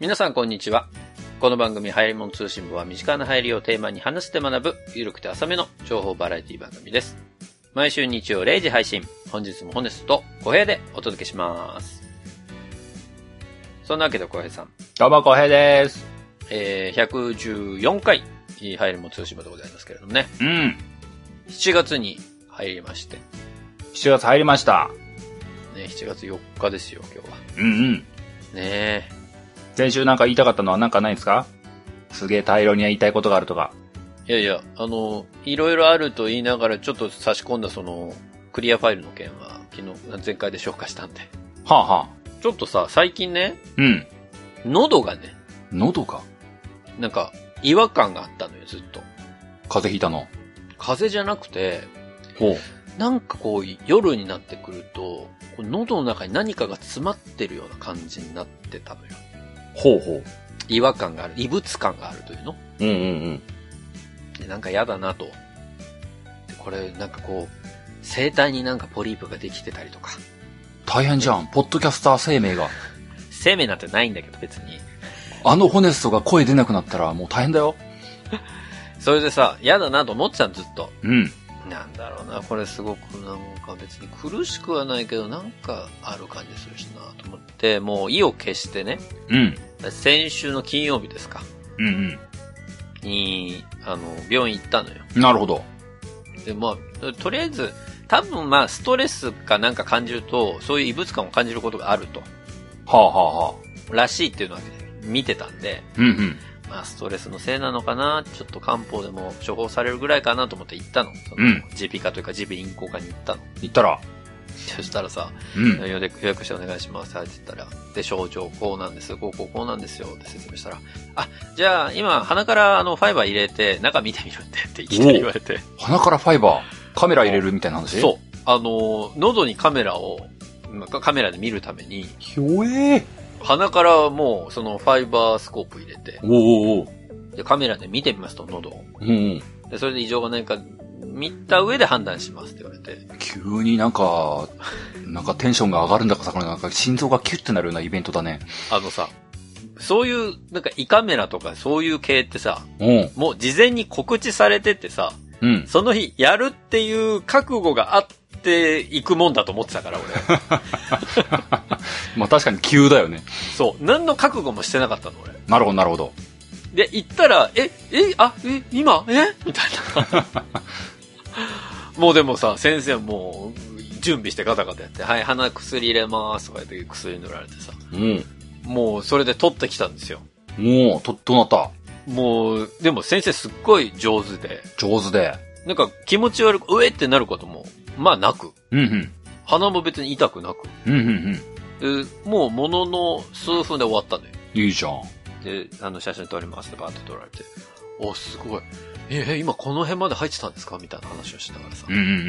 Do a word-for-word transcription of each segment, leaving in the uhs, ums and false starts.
皆さんこんにちは。この番組流行り物通信部は身近な流行りをテーマに話して学ぶゆるくて浅めの情報バラエティ番組です。毎週日曜れいじ配信。本日もホネストと小平でお届けします。そんなわけで小平さん。 どうも小平です。 えー、ひゃくじゅうよんかい流行り物通信部でございますけれどもね。 うん。 しちがつに入りまして。 しちがつ入りました。 ね、しちがつよっかですよ、今日は。 うんうん。 ねえ。 先週なんか言いたかったのはなんかないんですか？すげえ大量に言いたいことがあるとか。 いやいや、あの、いろいろあると言いながらちょっと差し込んだその、クリアファイルの件は昨日、前回で消化したんで。 はあはあ。 ちょっとさ、最近ね。 うん。 喉がね。 喉か。なんか、違和感があったのよ、ずっと。 風邪ひいたの？ 風邪じゃなくて、 ほう。 なんかこう、夜になってくると、喉の中に何かが詰まってるような感じになってたのよ。 ほうほう。 違和感がある、異物感があるというの？ うんうんうん。 でなんか嫌だなと。でこれ、なんかこう、声帯になんかポリープができてたりとか。 大変じゃん、ポッドキャスター生命が。 生命なんてないんだけど、別に。 あのホネストが声出なくなったらもう大変だよ。 それでさ、嫌だなと思ってたの、ずっと。 うん。 なんだろうな、これすごくなんか別に苦しくはないけど、なんかある感じするしなと思って、もう意を消してね。 うん。 先週の金曜日ですか。 うんうん。 に、あの、病院行ったのよ。 なるほど。 で、まあ、とりあえず、多分まあ、ストレスかなんか感じると、そういう異物感を感じることがあると。 はあはあはあ。らしいっていうのは見てたんで。 うんうん。 まあ、ストレスのせいなのかな、ちょっと漢方でも処方されるぐらいかなと思って行ったの。そのうん。 耳鼻科というか耳鼻咽喉科に行ったの。 行ったらそしたらさ、 うん。 予約してお願いしますって言ったら、で、症状こうなんです、こうこうこうなんですよって説明したら、あ、じゃあ今鼻からあのファイバー入れて中見てみるんでっていきなり言われて。 鼻からファイバー、カメラ入れるみたいな話？ そう。あの、喉にカメラを、カメラで見るために、 ひょえー。 鼻からもうそのファイバースコープ入れて、 おおおでカメラで見てみますと、喉を。 うん。 で、それで異常がないか見た上で判断しますって言われて。 急になんか、なんかテンションが上がるんだかさ、これなんか心臓がキュッてなるようなイベントだね。 あのさ、そういう、なんか胃カメラとかそういう系ってさ、 うん。 もう事前に告知されててさ、 うん。 その日やるっていう覚悟があっていくもんだと思ってたから、俺。 まあ確かに急だよね。 そう。何の覚悟もしてなかったの、俺。 なるほど、なるほど。 で、行ったら、え、え、あ、え、今えみたいな。もうでもさ、先生はもう、準備してガタガタやって、はい、鼻薬入れますとか言って薬塗られてさ。 うん。 もう、それで取ってきたんですよ。 もう、と、どうなった？ もう、でも先生すっごい上手で。 上手で。 なんか気持ち悪く、うえってなることも、まあなく。 うんうん。 鼻も別に痛くなく。 うんうんうん。で、もうものの数分で終わったのよ。 いいじゃん。 で、あの写真撮りますってバーって撮られて。お、すごい。え、え、今この辺まで入ってたんですかみたいな話をしながらさ。 うんうんうん。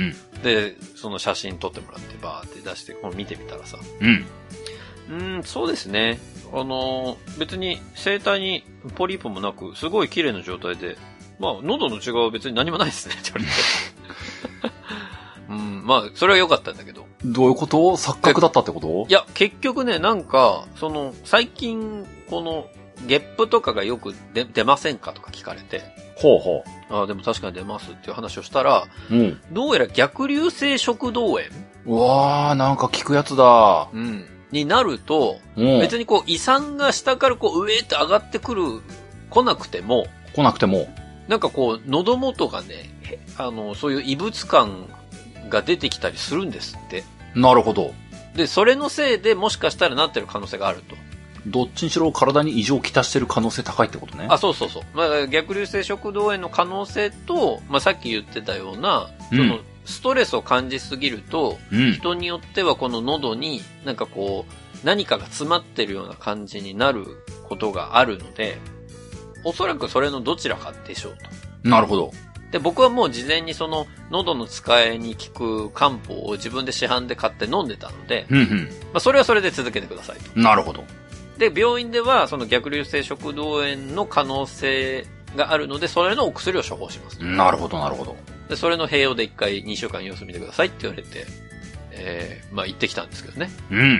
で、その写真撮ってもらってバーって出して、この見てみたらさ。 うん。 うーん、そうですね。あのー、別に声帯にポリープもなく、すごい綺麗な状態で、まあ、喉の違いは別に何もないですね、って言われて。うん、まあ、それは良かったんだけど。 どういうこと？錯覚だったってこと？ いや、結局ね、なんか、その、最近、この、ゲップとかがよく出、出ませんかとか聞かれて。 ほうほう。ああ、でも確かに出ますっていう話をしたら、 うん。 どうやら逆流性食道炎？ うわー、なんか効くやつだ。 うん。になると、 うん、 別にこう、胃酸が下からこう、上って上がってくる、来なくても、 来なくても、 なんかこう、喉元がね、あの、そういう異物感が出てきたりするんですって。 なるほど。 で、それのせいでもしかしたらなってる可能性があると。 どっちにしろ体に異常をきたしてる可能性高いってことね。 あ、そうそうそう。まあ、逆流性食道炎の可能性と、まあ、さっき言ってたような、その、うん、ストレスを感じすぎると、うん、人によってはこの喉になんかこう、何かが詰まってるような感じになることがあるので、おそらくそれのどちらかでしょうと。 なるほど。 で、僕はもう事前にその喉の使いに効く漢方を自分で市販で買って飲んでたので、 うんうん、 まあ、それはそれで続けてくださいと。 なるほど。 で、病院ではその逆流性食道炎の可能性があるので、それのお薬を処方します。 なるほど、なるほど。 で、それの併用で一回にしゅうかん様子見てくださいって言われて、えー、まあ行ってきたんですけどね。 うん。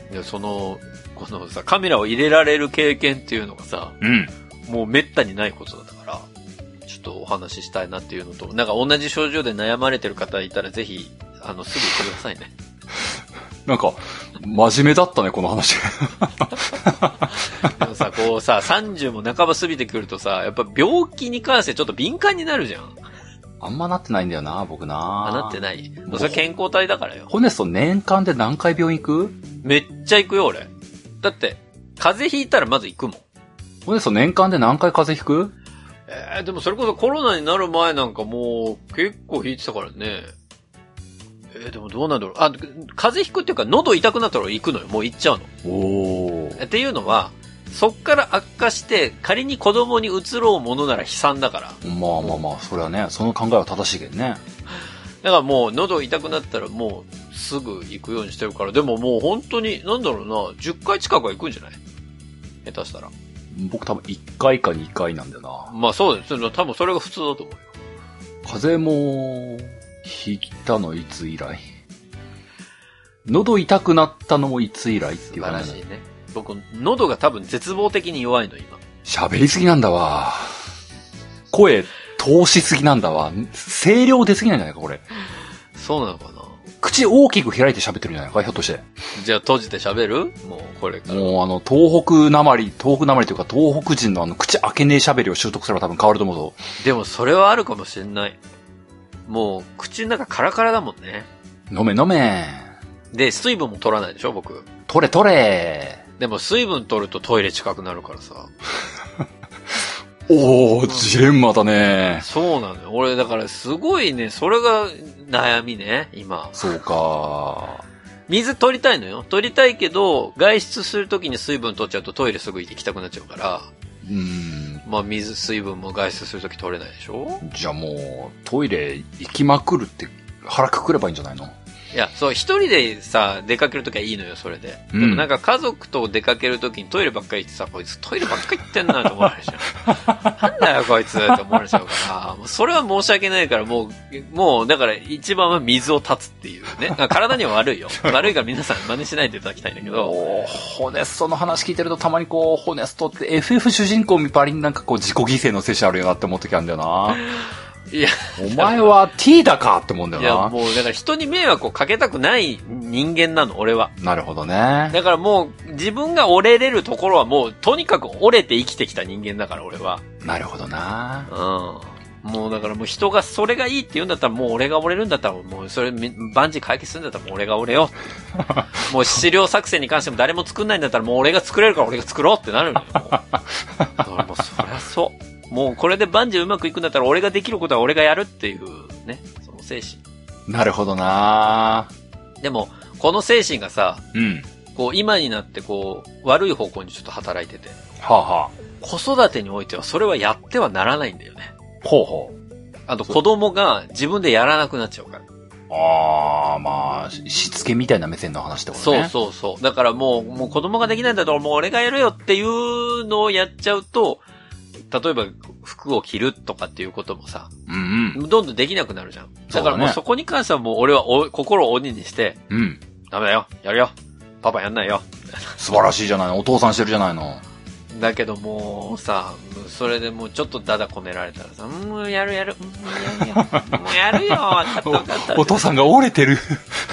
いや、その、このさ、カメラを入れられる経験っていうのがさ、 うん。 もう滅多にないことだったから、ちょっとお話ししたいなっていうのと、なんか同じ症状で悩まれてる方いたらぜひ、あの、すぐ言ってくださいね。 なんか、真面目だったね、この話。 でもさ、こうさ、さんじゅうも半ば過ぎてくるとさ、やっぱ病気に関してちょっと敏感になるじゃん。 あんまなってないんだよな、僕な。 あ、なってない。それ健康体だからよ。 ホネスト年間で何回病院行く？ めっちゃ行くよ、俺。だって、風邪ひいたらまず行くもん。 ホネスト年間で何回風邪ひく？ えー、でもそれこそコロナになる前なんかもう結構ひいてたからね。えー、でもどうなんだろう。あ、風邪ひくっていうか喉痛くなったら行くのよ。もう行っちゃうの。 おー。 っていうのは、そっから悪化して仮に子供に移ろうものなら悲惨だから。 まあまあまあ、それはね、その考えは正しいけどね。 だからもう喉痛くなったらもうすぐ行くようにしてるから、でももう本当に、なんだろうな、じゅっかい近くは行くんじゃない？下手したら。 僕多分いっかいかにかいなんだよな。 まあそうです。多分それが普通だと思うよ。 風邪も、ひいたのいつ以来？喉痛くなったのもいつ以来っていう話。 素晴らしいね。僕、喉が多分絶望的に弱いの、今。 喋りすぎなんだわ。声、通しすぎなんだわ。声量出すぎなんじゃないか、これ。 そうなのかな。 口大きく開いて喋ってるんじゃないか、ひょっとして。 じゃあ閉じて喋る？もう、これから。 もうあの、東北なまり、東北なまりというか、東北人のあの、口開けねえ喋りを習得すれば多分変わると思うぞ。 でも、それはあるかもしれない。もう、口の中カラカラだもんね。 飲め飲め。で、 水分も取らないでしょ、僕。 取れ取れ。 でも水分取るとトイレ近くなるからさ。 おー、ジレンマだね。 そうなのよ。俺、だからすごいね、それが悩みね、今。 そうか。 水取りたいのよ。取りたいけど、外出するときに水分取っちゃうとトイレすぐ行きたくなっちゃうから。 うん。 まあ、水、水分も外出するとき取れないでしょ？ じゃあもう、トイレ行きまくるって腹くくればいいんじゃないの？ いや、そう、一人でさ、出かけるときはいいのよ、それで。うん、でもなんか家族と出かけるときにトイレばっかり行ってさ、こいつトイレばっかり行ってんなと思われるじゃん。なんだよ、こいつって思われちゃうから、もうそれは申し訳ないから、もう、もう、だから一番は水を断つっていうね。体には悪いよ。悪いから皆さん真似しないでいただきたいんだけど。 ホネストの話聞いてるとたまにこう、ホネストって エフエフ 主人公みばりになんかこう自己犠牲の精神あるよなって思うときあるんだよな。いや、お前は T だかって思うんだよな。いや、 もう、だから人に迷惑をかけたくない人間なの、俺は。 なるほどね。 だからもう、自分が折れれるところはもう、とにかく折れて生きてきた人間だから、俺は。 なるほどな。 うん。もうだからもう人がそれがいいって言うんだったら、もう俺が折れるんだったら、もうそれ、万事解決するんだったらもう俺が折れよう。もう資料作成に関しても誰も作んないんだったら、もう俺が作れるから俺が作ろうってなるのよ。もうだからもうそりゃそう。もうこれで万事うまくいくんだったら俺ができることは俺がやるっていうね、その精神。 なるほどな。 でも、この精神がさ、 うん。 こう今になってこう、悪い方向にちょっと働いてて。 はあはあ。 子育てにおいてはそれはやってはならないんだよね。 ほうほう。 あと子供が自分でやらなくなっちゃうから。 ああ、まあ、しつけみたいな目線の話ってことね。 そうそうそう。だからもう、もう子供ができないんだったらもう俺がやるよっていうのをやっちゃうと、例えば服を着るとかっていうこともさ、 うんうん、 どんどんできなくなるじゃん。だからもうそこに関してはもう俺はお心を鬼にして、 うん、 ダメだよ、やるよ、パパやんないよ。 素晴らしいじゃないの、お父さんしてるじゃないの。 だけどもうさ、それでもうちょっとダダこねられたらさ、もうやるやる、もうやるよ、もうやるよ、わかったわかった。 お父さんが折れてる。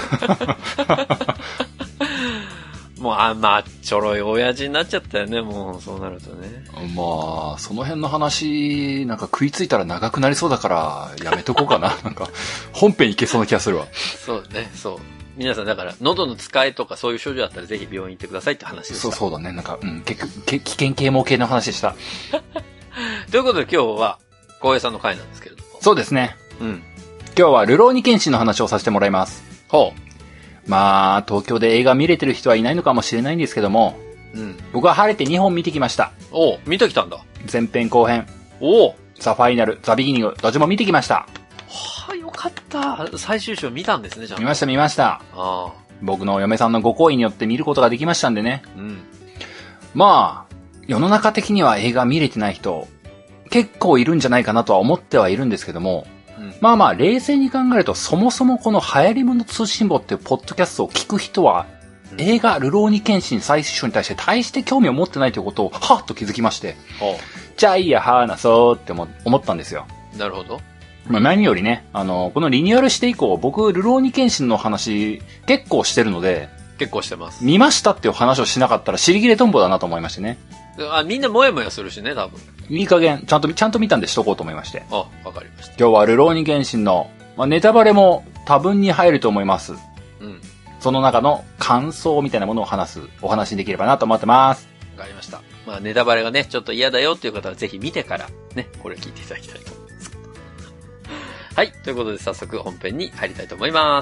もう、あ、まあ、ちょろい親父になっちゃったよね、もう、そうなるとね。 まあ、その辺の話、なんか食いついたら長くなりそうだから、やめとこうかな。なんか、本編いけそうな気がするわ。 そうね、そう。皆さん、だから、喉の使いとかそういう症状だったらぜひ病院行ってくださいって話です。 そう、そうだね。なんか、うん、結局、危険啓蒙系の話でした。 ということで今日は、光栄さんの回なんですけれども。 そうですね。 うん。 今日は、ルローニケンシンの話をさせてもらいます。 ほう。 まあ、東京で映画見れてる人はいないのかもしれないんですけども、 うん、 僕は晴れてにほん見てきました。 おう、見てきたんだ。 前編後編。 おう。 ザ・ファイナル、ザ・ビギニング、どっちも見てきました。はあ、よかった。最終章見たんですね、じゃあ。 見ました見ました。 ああ。 僕の嫁さんのご好意によって見ることができましたんでね。 うん。 まあ、世の中的には映画見れてない人、結構いるんじゃないかなとは思ってはいるんですけども、うん、まあまあ、冷静に考えると、そもそもこの流行り物通信簿っていうポッドキャストを聞く人は、 映画、ルローニケンシン最終章に対して大して興味を持ってないということを、はっと気づきまして、じゃあいいや、話そうって思ったんですよ。 なるほど。 まあ何よりね、あの、このリニューアルして以降、僕、ルローニケンシンの話、結構してるので、 結構してます。 見ましたっていう話をしなかったら、尻切れトンボだなと思いましてね。 あ、みんなもやもやするしね、多分。 いい加減、ちゃんと、ちゃんと見たんでしとこうと思いまして。 あ、わかりました。 今日はルローニケンシンの、まあ、ネタバレも多分に入ると思います。うん。その中の感想みたいなものを話す、お話にできればなと思ってます。 わかりました。まあ、ネタバレがね、ちょっと嫌だよっていう方はぜひ見てから、ね、これ聞いていただきたいと思います。はい。ということで早速本編に入りたいと思います。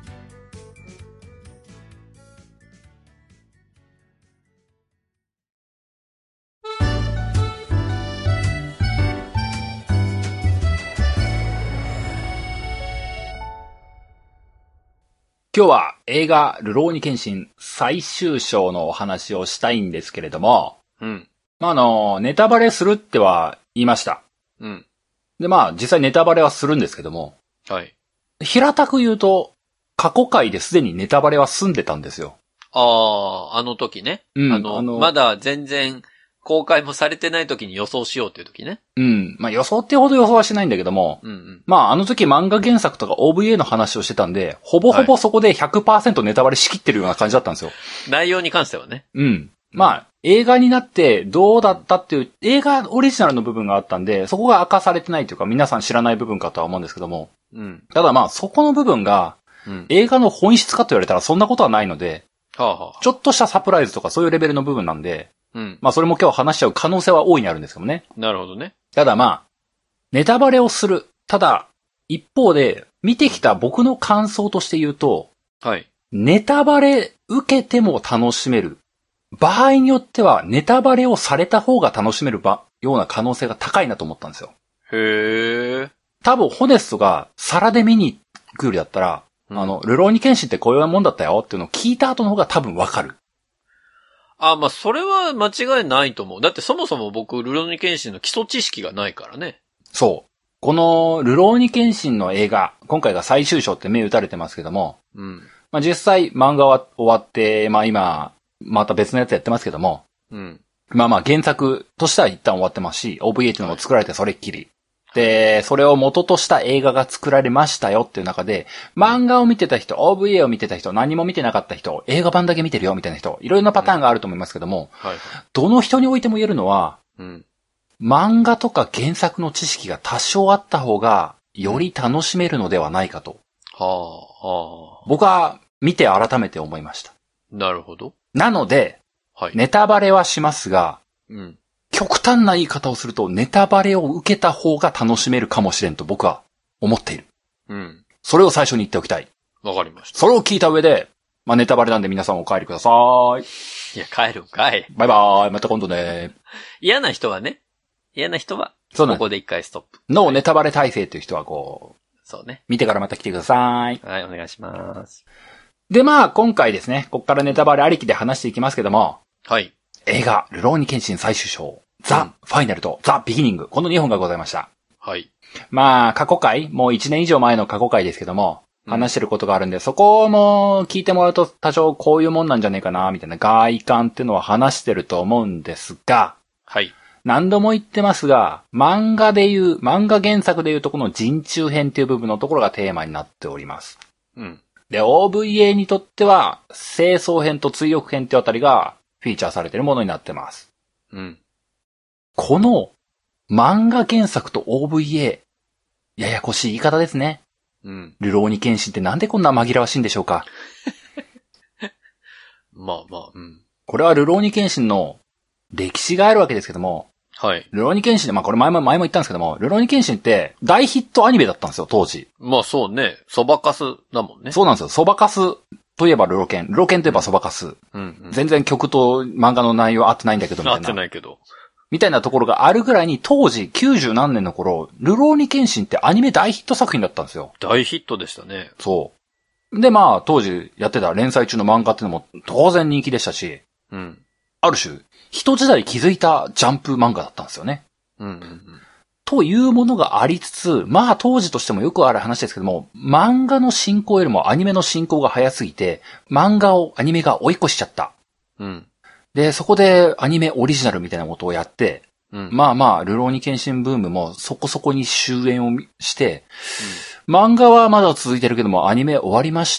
今日は映画ルローニケンシン最終章のお話をしたいんですけれども、うん。まあ、あの、ネタバレするっては言いました。うん。で、まあ、実際ネタバレはするんですけども、はい。平たく言うと、過去回ですでにネタバレは済んでたんですよ。 ああ、あの時ね。うん。あの、あのまだ全然、公開もされてない時に予想しようっていう時ね。 うん。まあ予想ってほど予想はしないんだけども、うんうん、まああの時漫画原作とか オーブイエー の話をしてたんで、ほぼほぼそこで ひゃくパーセント ネタバレしきってるような感じだったんですよ。 内容に関してはね。 うん。まあ映画になってどうだったっていう、映画オリジナルの部分があったんで、そこが明かされてないというか皆さん知らない部分かとは思うんですけども、うん。ただまあそこの部分が、映画の本質かと言われたらそんなことはないので、はあはあ、ちょっとしたサプライズとかそういうレベルの部分なんで、うん。まあそれも今日話しちゃう可能性は大いにあるんですけどもね。 なるほどね。 ただまあ、ネタバレをする。ただ、一方で、見てきた僕の感想として言うと、はい。ネタバレ受けても楽しめる。場合によっては、ネタバレをされた方が楽しめる場、ような可能性が高いなと思ったんですよ。 へー。 多分、ホネストが皿で見に行くよりだったら、うん、あの、ルローニケンシンってこういうもんだったよっていうのを聞いた後の方が多分わかる。 あ、まあ、それは間違いないと思う。だってそもそも僕、ルローニケンシンの基礎知識がないからね。 そう。この、ルローニケンシンの映画、今回が最終章って目打たれてますけども、うん。まあ、実際、漫画は終わって、まあ今、また別のやつやってますけども、うん。まあまあ原作としては一旦終わってますし、オーブイエー っていうのも作られてそれっきり。で、それを元とした映画が作られましたよっていう中で、漫画を見てた人、オーブイエー を見てた人、何も見てなかった人、映画版だけ見てるよみたいな人、いろいろなパターンがあると思いますけども、はい、どの人においても言えるのは、うん、漫画とか原作の知識が多少あった方が、より楽しめるのではないかと。はあはあ、僕は見て改めて思いました。 なるほど。 なので、はい、ネタバレはしますが、うん極端な言い方をすると、ネタバレを受けた方が楽しめるかもしれんと僕は思っている。うん。それを最初に言っておきたい。 わかりました。 それを聞いた上で、まあネタバレなんで皆さんお帰りください。 いや、帰るんかい。 バイバーイ。また今度ね。 嫌な人はね。嫌な人は、ここで一回ストップ。 のネタバレ体制という人はこう。 そうね。 見てからまた来てください。 はい、お願いします。 で、まあ今回ですね、こっからネタバレありきで話していきますけども。 はい。 映画、ルローニケンシン最終章。ザ・ファイナルとザ・ビギニング。このにほんがございました。 はい。 まあ、過去回、もういちねん以上前の過去回ですけども、話してることがあるんで、うん、そこも聞いてもらうと多少こういうもんなんじゃねえかな、みたいな外観っていうのは話してると思うんですが、 はい。 何度も言ってますが、漫画で言う、漫画原作で言うとこの人中編っていう部分のところがテーマになっております。うん。で、オーブイエー にとっては、清掃編と追憶編っていうあたりがフィーチャーされているものになってます。うん。この漫画原作と オーブイエー、ややこしい言い方ですね。うん。ルローニケンシンってなんでこんな紛らわしいんでしょうか。 まあまあ、うん。 これはルローニケンシンの歴史があるわけですけども、 はい。 ルローニケンシン、まあこれ前も前も言ったんですけども、ルローニケンシンって大ヒットアニメだったんですよ、当時。 まあそうね。そばかすだもんね。 そうなんですよ。そばかすといえばルロケン。ルロケンといえばそばかす。うんうん、全然曲と漫画の内容合ってないんだけどみたいな。 合ってないけど。 みたいなところがあるぐらいに当時きゅうじゅう何年の頃、ルローニケンシンってアニメ大ヒット作品だったんですよ。 大ヒットでしたね。 そう。でまあ当時やってた連載中の漫画っていうのも当然人気でしたし、うん。ある種、一時代気づいたジャンプ漫画だったんですよね。うんうんうん。 というものがありつつ、まあ当時としてもよくある話ですけども、漫画の進行よりもアニメの進行が早すぎて、漫画をアニメが追い越しちゃった。 うん。 で、そこでアニメオリジナルみたいなことをやって、うん、まあまあ、ルローニケンシンブームもそこそこに終焉をして、うん、漫画はまだ続いてるけども、アニメ終わりました、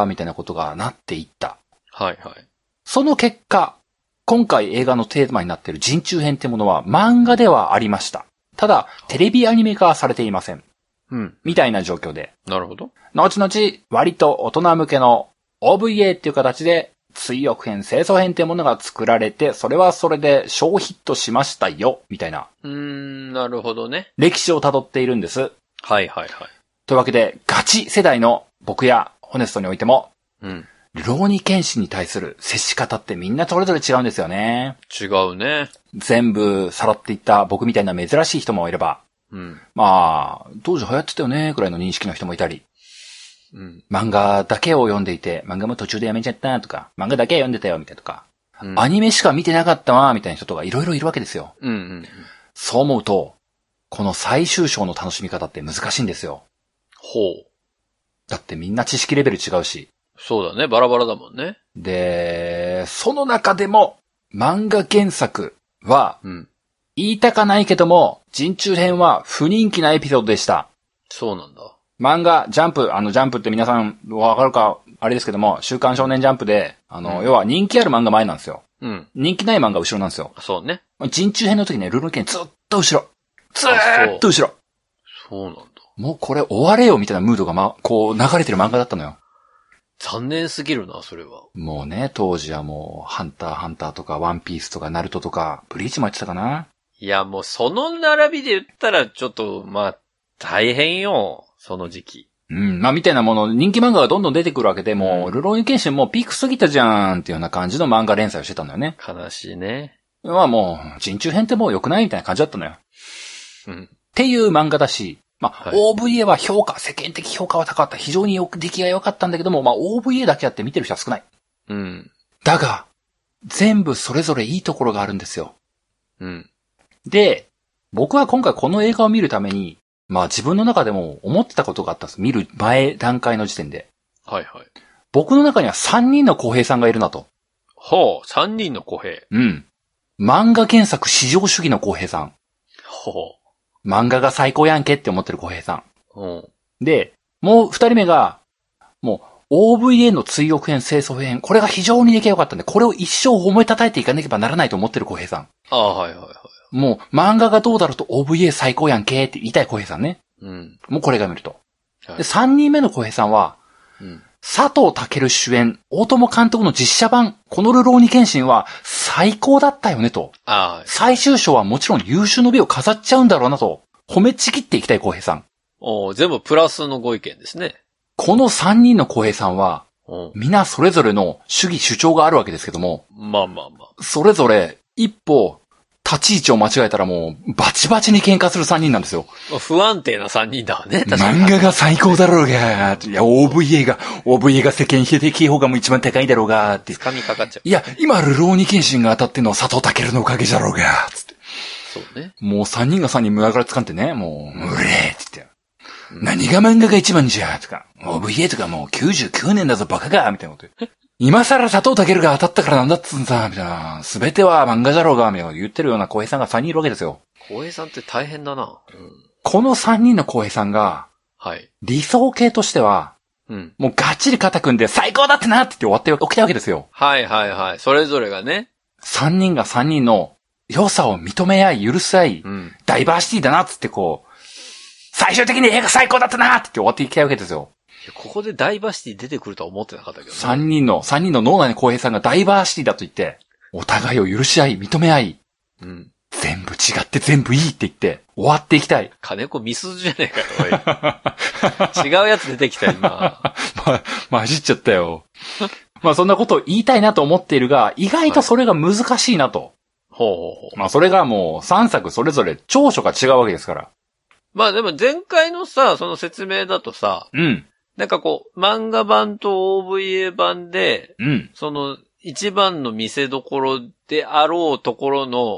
みたいなことがなっていった。 はいはい。 その結果、今回映画のテーマになっている人中編ってものは漫画ではありました。ただ、テレビアニメ化はされていません。 うん。 みたいな状況で。 なるほど。 後々、割と大人向けの オーブイエー っていう形で、追憶編、清楚編ってものが作られて、それはそれで小ヒットしましたよ、みたいな。 うーん、なるほどね。 歴史を辿っているんです。はいはいはい。 というわけで、ガチ世代の僕やホネストにおいても、 うん。 ルローニケンシンに対する接し方ってみんなそれぞれ違うんですよね。 違うね。 全部さらっていった僕みたいな珍しい人もいれば、 うん、 まあ、当時流行ってたよね、くらいの認識の人もいたり、 うん、 漫画だけを読んでいて、漫画も途中でやめちゃったとか、漫画だけ読んでたよ、みたいなとか、うん、アニメしか見てなかったわ、みたいな人とかいろいろいるわけですよ。 うんうんうん、 そう思うと、この最終章の楽しみ方って難しいんですよ。 ほう。 だってみんな知識レベル違うし。 そうだね、バラバラだもんね。 で、その中でも、漫画原作は、 うん、 言いたかないけども、人中編は不人気なエピソードでした。 そうなんだ。 漫画、ジャンプ、あの、ジャンプって皆さんわかるか、あれですけども、週刊少年ジャンプで、あの、うん、要は人気ある漫画前なんですよ。 うん。 人気ない漫画後ろなんですよ。 そうね。 人中編の時ね、ルローニケンずっと後ろ。ずーっと後ろ。 そうなんだ。 もうこれ終われよみたいなムードがま、こう流れてる漫画だったのよ。 残念すぎるな、それは。 もうね、当時はもう、ハンターハンターとか、ワンピースとか、ナルトとか、ブリーチもやってたかな。 いや、もうその並びで言ったら、ちょっと、まあ、大変よ、その時期。 うん、まあみたいなもの、人気漫画がどんどん出てくるわけで、もう、ルローニケンシンもうピーク過ぎたじゃんっていうような感じの漫画連載をしてたんだよね。 悲しいね。 まあもう、人中編ってもう良くないみたいな感じだったのよ。 うん。 っていう漫画だし、まあ、 はい、 オーブイエー は評価、世間的評価は高かった。非常によく、出来が良かったんだけども、まあ オーブイエー だけあって見てる人は少ない。 うん。 だが、全部それぞれいいところがあるんですよ。 うん。 で、僕は今回この映画を見るために、まあ自分の中でも思ってたことがあったんです。見る前段階の時点で。 はいはい。 僕の中にはさんにんの小平さんがいるなと。 ほう、さんにんの小平。 うん。漫画原作至上主義の小平さん。 ほう。漫画が最高やんけって思ってる小平さん。 うん。 で、もう二人目が、もう オーブイエー の追憶編、清楚編、これが非常に出来が良かったんで、これを一生褒めたたえていかなければならないと思ってる小平さん。 ああ、はいはいはい。 もう漫画がどうだろうと オーブイエー 最高やんけって言いたい小平さんね。 うん。 もうこれが見ると。 はい、 で、三人目の小平さんは、 うん、 佐藤健主演、大友監督の実写版、このルローニケンシンは最高だったよねと。 ああ。 最終章はもちろん優秀の美を飾っちゃうんだろうなと。褒めちぎっていきたい小平さん。 お全部プラスのご意見ですね。 この三人の小平さんは、 うん、 皆それぞれの主義主張があるわけですけども。 まあまあまあ。 それぞれ一歩、立ち位置を間違えたらもう、バチバチに喧嘩する三人なんですよ。 不安定な三人だわね。 漫画が最高だろうが、いや、オーブイエー が、オーブイエー が世間的評価も一番高いだろうが、って。 掴みかかっちゃう。 いや、今、ルローニケンシンが当たってんのは佐藤健のおかげじゃろうが、つって。 そうね。 もう三人が三人胸から掴んでね、もう、うれーって言って。うん、何が漫画が一番じゃ、とか。オーブイエー とかもうきゅうじゅうきゅうねんだぞ、バカが、みたいなこと言って。今更佐藤健が当たったからなんだっつうんさ、みたいな。すべては漫画じゃろうが、みたいな言ってるような小平さんがさんにんいるわけですよ。 小平さんって大変だな。うん、 このさんにんの小平さんが、 はい。 理想形としては、 うん。 もうガッチリ肩組んで最高だってなって言って終わっておきたいわけですよ。 はいはいはい。それぞれがね。 さんにんがさんにんの良さを認め合い、許し合い、うん、ダイバーシティだなっつってこう、最終的に映画最高だったなって言って終わっていきたいわけですよ。 ここでダイバーシティ出てくるとは思ってなかったけどね。 さんにんの、さんにんの脳内の小平さんがダイバーシティだと言って、お互いを許し合い、認め合い、 うん、 全部違って全部いいって言って、終わっていきたい。 金子ミスじゃねえかよ、違うやつ出てきた今。 ま、混じっちゃったよ。まあそんなことを言いたいなと思っているが、意外とそれが難しいなと。 ほうほうほう。 まあそれがもうさんさくそれぞれ長所が違うわけですから。 まあでも前回のさ、その説明だとさ、 うん。 なんかこう、漫画版と オーブイエー 版で、 うん。 その、一番の見せどころであろうところの、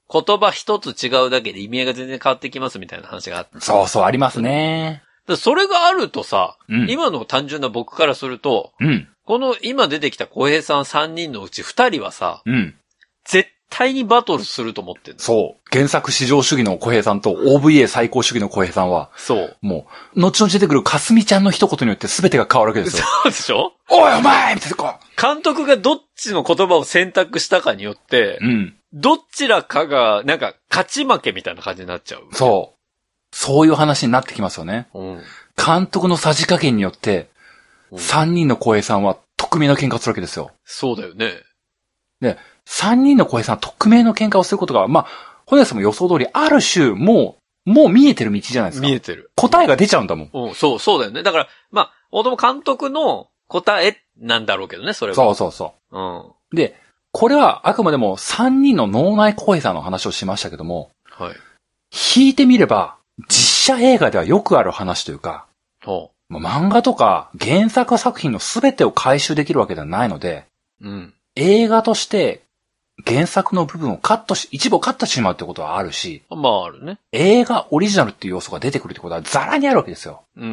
言葉一つ違うだけで意味合いが全然変わってきますみたいな話があって。 そうそう、ありますね。 それがあるとさ、 うん、 今の単純な僕からすると、 うん、 この今出てきた小平さんさんにんのうちふたりはさ、 うん、 絶対にバトルすると思ってる。 そう。原作至上主義の小平さんと オーブイエー 最高主義の小平さんは、 そう。 もう、後々出てくるかすみちゃんの一言によって全てが変わるわけですよ。 そうでしょ？ おいお前みたいなこう。 監督がどっちの言葉を選択したかによって、 うん。 どちらかが、なんか、勝ち負けみたいな感じになっちゃう。 そう。そういう話になってきますよね。 うん。 監督のさじ加減によって、うん、さんにんの小平さんは匿名の喧嘩をするわけですよ。 そうだよね。 で、さんにんの小平さんは匿名の喧嘩をすることが、まあ、本屋さんも予想通り、ある種、もう、もう見えてる道じゃないですか。 見えてる。 答えが出ちゃうんだもん。 うん、そう、そうだよね。だから、まあ、大友監督の答えなんだろうけどね、それは。 そうそうそう。うん。で、これはあくまでもさんにんの脳内小平さんの話をしましたけども、 はい。 引いてみれば、実写映画ではよくある話というか、 ほう。 漫画とか原作作品の全てを回収できるわけではないので、 うん。 映画として原作の部分をカットし、一部をカットしてしまうってことはあるし、 まああるね。 映画オリジナルっていう要素が出てくるってことはザラにあるわけですよ。 うんうん。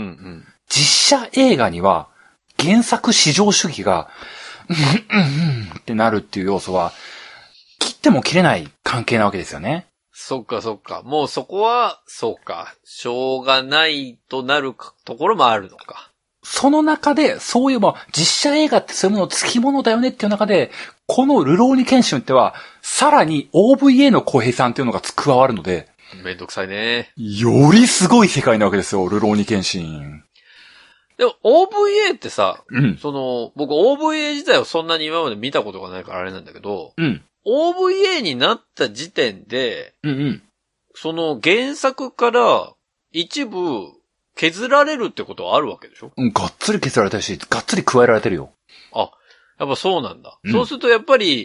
実写映画には原作至上主義が、うんうんうんってなるっていう要素は、切っても切れない関係なわけですよね。 そっかそっか。もうそこは、そうか。しょうがないとなるところもあるのか。 その中で、そういう、まあ、実写映画ってそういうもの付き物だよねっていう中で、このルローニケンシンっては、さらに オーブイエー の小平さんっていうのが加わるので、 めんどくさいね。 よりすごい世界なわけですよ、ルローニケンシン。 でも オーブイエー ってさ、 うん、 その、僕 オーブイエー 自体をそんなに今まで見たことがないからあれなんだけど、 うん、 オーブイエー になった時点で、 うんうん、その原作から一部削られるってことはあるわけでしょ？ うん、がっつり削られてるし、がっつり加えられてるよ。 あ、やっぱそうなんだ。 うん、 そうするとやっぱり、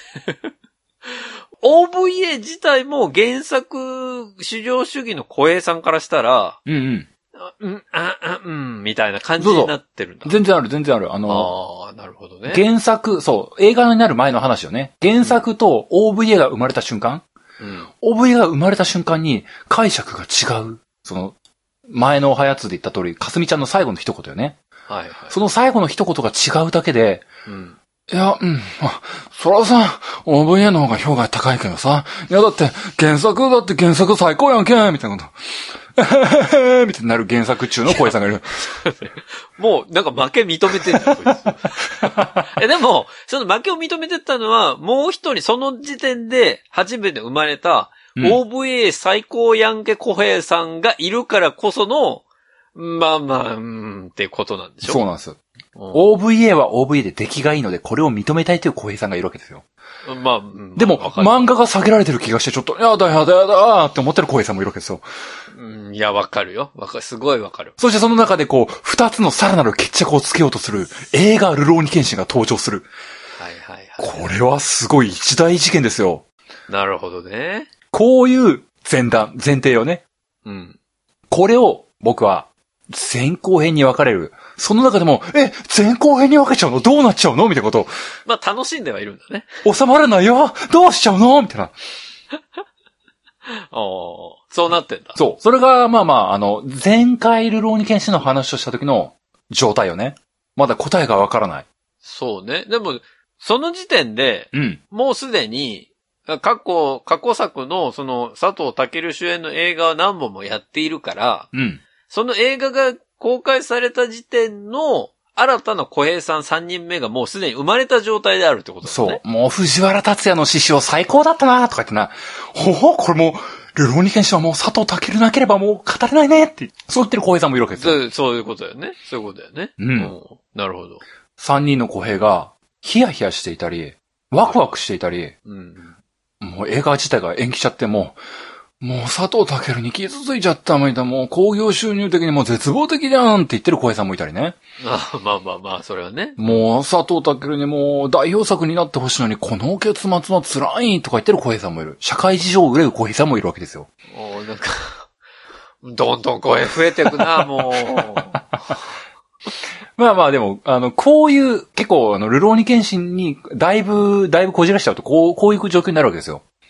オーブイエー 自体も原作至上主義の小平さんからしたら、 うんうん。 うん、あ、あ、うん、みたいな感じになってるんだ。 そうそう全然ある、全然ある。あの、ああ、なるほどね。 原作、そう、映画になる前の話よね。原作と オーブイエー が生まれた瞬間、うん、オーブイエー が生まれた瞬間に解釈が違う。その、前のハヤツで言った通り、かすみちゃんの最後の一言よね。 はいはい。 その最後の一言が違うだけで、 うん、 いや、うん、あ、そらさ、オーブイエー の方が評価高いけどさ、いやだって原作だって原作最高やんけみたいなこと。えへへみたいになる原作中の小平さんがいる。 もう、なんか負け認めてんだよ、こいつ。え、でも、その負けを認めてったのは、もう一人、その時点で初めて生まれた、うん、オーブイエー 最高やんけ小平さんがいるからこその、まあまあ、うーん、ってことなんでしょ？ そうなんです。オーブイエー は オーブイエー で出来がいいので、これを認めたいという小平さんがいるわけですよ。 まあ、うん、 でも、漫画が下げられてる気がして、ちょっと、やだやだやだって思ってる小平さんもいるわけですよ。 うん、いや、わかるよ。わかる。すごいわかる。 そしてその中でこう、二つのさらなる決着をつけようとする映画ルローニケンシンが登場する。 はいはいはい。 これはすごい一大事件ですよ。 なるほどね。 こういう前段、前提よね。 うん。 これを僕は前後編に分かれる。その中でも、え、前後編に分けちゃうの？どうなっちゃうのみたいなこと。 まあ楽しんではいるんだね。 収まらないよどうしちゃうのみたいな。 おそうなってんだ。 そう。それが、まあまあ、あの、前回ルローニケンシンの話をした時の状態よね。まだ答えが分からない。 そうね。でも、その時点で、 うん、 もうすでに、過去、過去作の、その、佐藤健主演の映画は何本もやっているから、 うん、 その映画が公開された時点の、新たな小平さんさんにんめがもうすでに生まれた状態であるってことだね。 そう。もう藤原竜也の獅子王最高だったなとか言ってな。ほほ、これもう、ルローニケンシンはもう佐藤健なければもう語れないねって、そう言ってる小平さんもいるわけですよ。 そう、そういうことだよね。そういうことだよね。 うん。うん、 なるほど。 三人の小平が、ヒヤヒヤしていたり、ワクワクしていたり、 うん、 もう映画自体が延期しちゃっても、もう佐藤健に傷ついちゃったみたいな、もう興行収入的にもう絶望的じゃんって言ってる小平さんもいたりね。 あまあまあまあ、それはね。 もう佐藤健にもう代表作になってほしいのに、この結末は辛いとか言ってる小平さんもいる。社会事情を憂う小平さんもいるわけですよ。 おなんか、どんどん声増えてくな、もう。 まあまあでも、あの、こういう、結構、あの、ルローニケンシンに、だいぶ、だいぶこじらしちゃうと、こう、こういう状況になるわけですよ。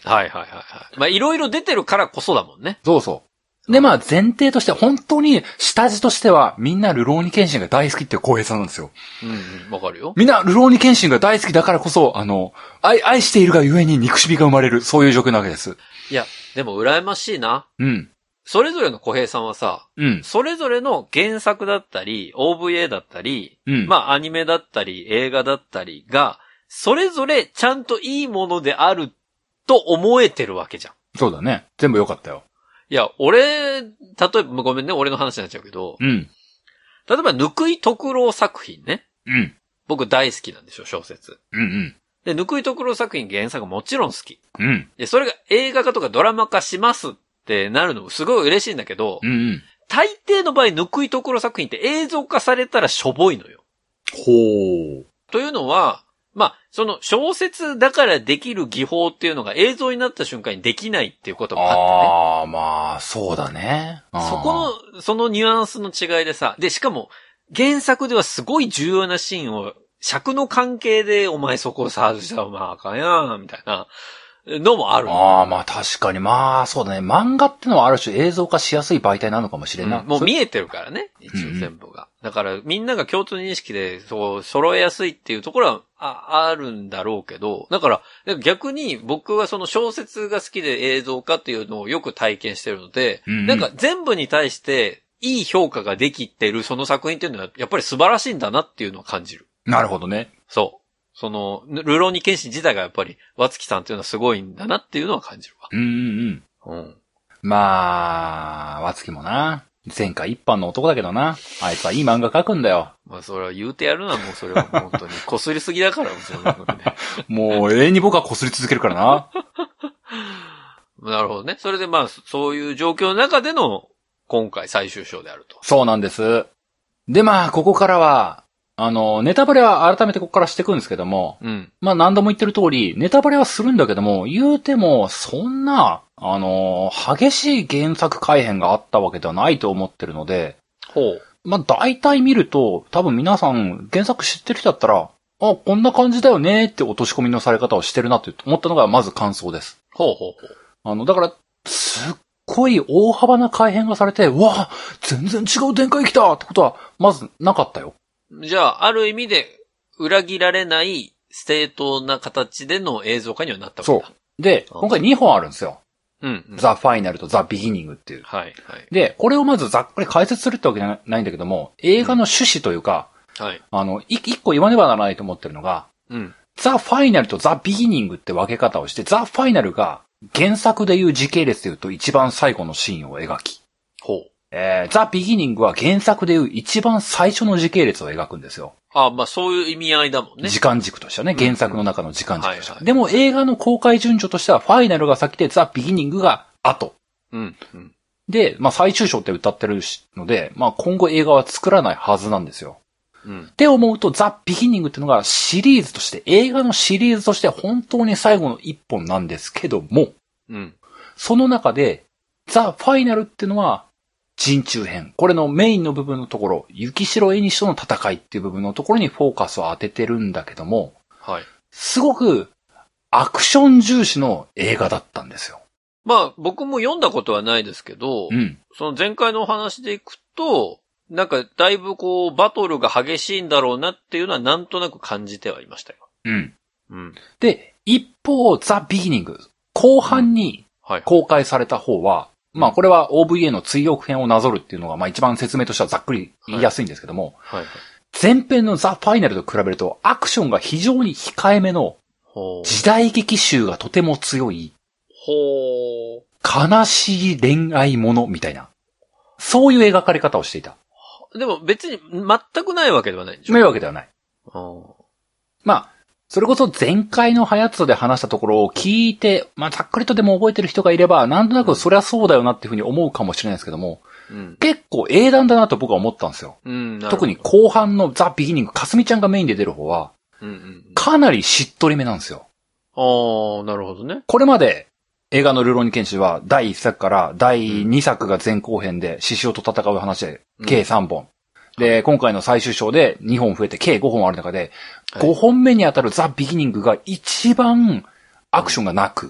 はいはいはいはい。まあいろいろ出てるからこそだもんね。 そうそう。で、まあ前提として本当に下地としてはみんなルローニケンシンが大好きっていう公平さんなんですよ。 うんうん、わかるよ。 みんなルローニケンシンが大好きだからこそ、あの、愛、愛しているがゆえに憎しみが生まれる、そういう状況なわけです。 いや、でも羨ましいな。 うん。 それぞれの小平さんはさ、 うん。 それぞれの原作だったり、オーブイエー だったり、 うん。 まあアニメだったり、映画だったりが、それぞれちゃんといいものであると思えてるわけじゃん。 そうだね。全部良かったよ。 いや、俺、例えば、ごめんね、俺の話になっちゃうけど、 うん。 例えば、ぬくい徳郎作品ね。 うん。 僕大好きなんでしょ、小説。 うんうん。 で、ぬくい徳郎作品原作もちろん好き。 うん。 で、それが映画化とかドラマ化しますってなるのすごい嬉しいんだけど、 うんうん。 大抵の場合、ぬくい徳郎作品って映像化されたらしょぼいのよ。 ほー。 というのは、まあ、その小説だからできる技法っていうのが映像になった瞬間にできないっていうこともあってね。 ああ、まあ、そうだね。 そこの、そのニュアンスの違いでさ、で、しかも、原作ではすごい重要なシーンを、尺の関係で、お前そこを外したらまああかんやん、みたいなのもある。 ああ、まあ確かに、まあ、そうだね。漫画ってのはある種映像化しやすい媒体なのかもしれない。 うん、もう見えてるからね、一応全部が。うん、だから、みんなが共通認識で、そう、揃えやすいっていうところは、あ、あるんだろうけど、だから、逆に僕はその小説が好きで映像化っていうのをよく体験してるので、うんうん、なんか全部に対して、いい評価ができてるその作品っていうのは、やっぱり素晴らしいんだなっていうのを感じる。 なるほどね。 そう。その、ルローニケンシン自体がやっぱり、ワツキさんっていうのはすごいんだなっていうのは感じるわ。 うんうんうん。うん。まあ、ワツキもな。前回一般の男だけどな。あいつはいい漫画描くんだよ。 まあそれは言うてやるな、もうそれは本当に。擦りすぎだから、 もう永遠に僕は擦り続けるからな。 なるほどね。それでまあ、そういう状況の中での、今回最終章であると。 そうなんです。でまあ、ここからは、あの、ネタバレは改めてここからしていくんですけども、うん、まあ何度も言ってる通り、ネタバレはするんだけども、言うても、そんな、あの、激しい原作改変があったわけではないと思ってるので、 ほう。 まあ大体見ると、多分皆さん原作知ってる人だったら、あ、こんな感じだよねって落とし込みのされ方をしてるなって思ったのがまず感想です。 ほうほうほう。 あの、だから、すっごい大幅な改変がされて、うわ、全然違う展開来たってことは、まずなかったよ。 じゃあ、ある意味で、裏切られない正当な形での映像化にはなったわけだ。 そう。で、今回にほんあるんですよ。 うん、うん。 ザ・ファイナルとザ・ビギニングっていう。 はい、はい。 で、これをまずざっくり解説するってわけじゃないんだけども、映画の趣旨というか、 うん、はい。 あの、一個言わねばならないと思ってるのが、 うん。 ザ・ファイナルとザ・ビギニングって分け方をして、ザ・ファイナルが原作でいう時系列でいうと一番最後のシーンを描き、 ほう。 えー、ザ・ビギニングは原作でいう一番最初の時系列を描くんですよ。 ああ、まあそういう意味合いだもんね。 時間軸としてはね、原作の中の時間軸としては。 はいはい、 でも映画の公開順序としては、ファイナルが先でザ・ビギニングが後。 うん、うん。 で、まあ最終章って歌ってるので、まあ今後映画は作らないはずなんですよ。うん。って思うと、ザ・ビギニングっていうのがシリーズとして、映画のシリーズとして本当に最後の一本なんですけども、 うん。 その中で、ザ・ファイナルっていうのは、陣中編。これのメインの部分のところ、雪城絵西との戦いっていう部分のところにフォーカスを当ててるんだけども、 はい。 すごくアクション重視の映画だったんですよ。 まあ、僕も読んだことはないですけど、 うん。 その前回のお話でいくと、なんかだいぶこう、バトルが激しいんだろうなっていうのはなんとなく感じてはいましたよ。 うん。 うん。 で、一方、ザ・ビギニング。後半に公開された方は、うん、まあこれは オーブイエー の追憶編をなぞるっていうのがまあ一番説明としてはざっくり言いやすいんですけども、 はいはいはい、 前編のザ・ファイナルと比べるとアクションが非常に控えめの時代劇集がとても強いほ悲しい恋愛ものみたいなそういう描かれ方をしていた。 でも別に全くないわけではないんでしょ？ ないわけではない。まあそれこそ前回のハヤツトで話したところを聞いて、まあざっくりとでも覚えてる人がいれば、なんとなくそりゃそうだよなっていうふうに思うかもしれないですけども、うん、結構英断だなと僕は思ったんですよ。うん、特に後半のザ・ビギニング、かすみちゃんがメインで出る方は、うんうんうん、かなりしっとりめなんですよ。 ああ、なるほどね。 これまで映画のルローニケンシはだいいっさくからだいにさくが前後編で獅子王と戦う話で計さんぼん。うんで、今回の最終章でにほん増えて計ごほんある中で、ごほんめにあたるザ・ビギニングが一番アクションがなく、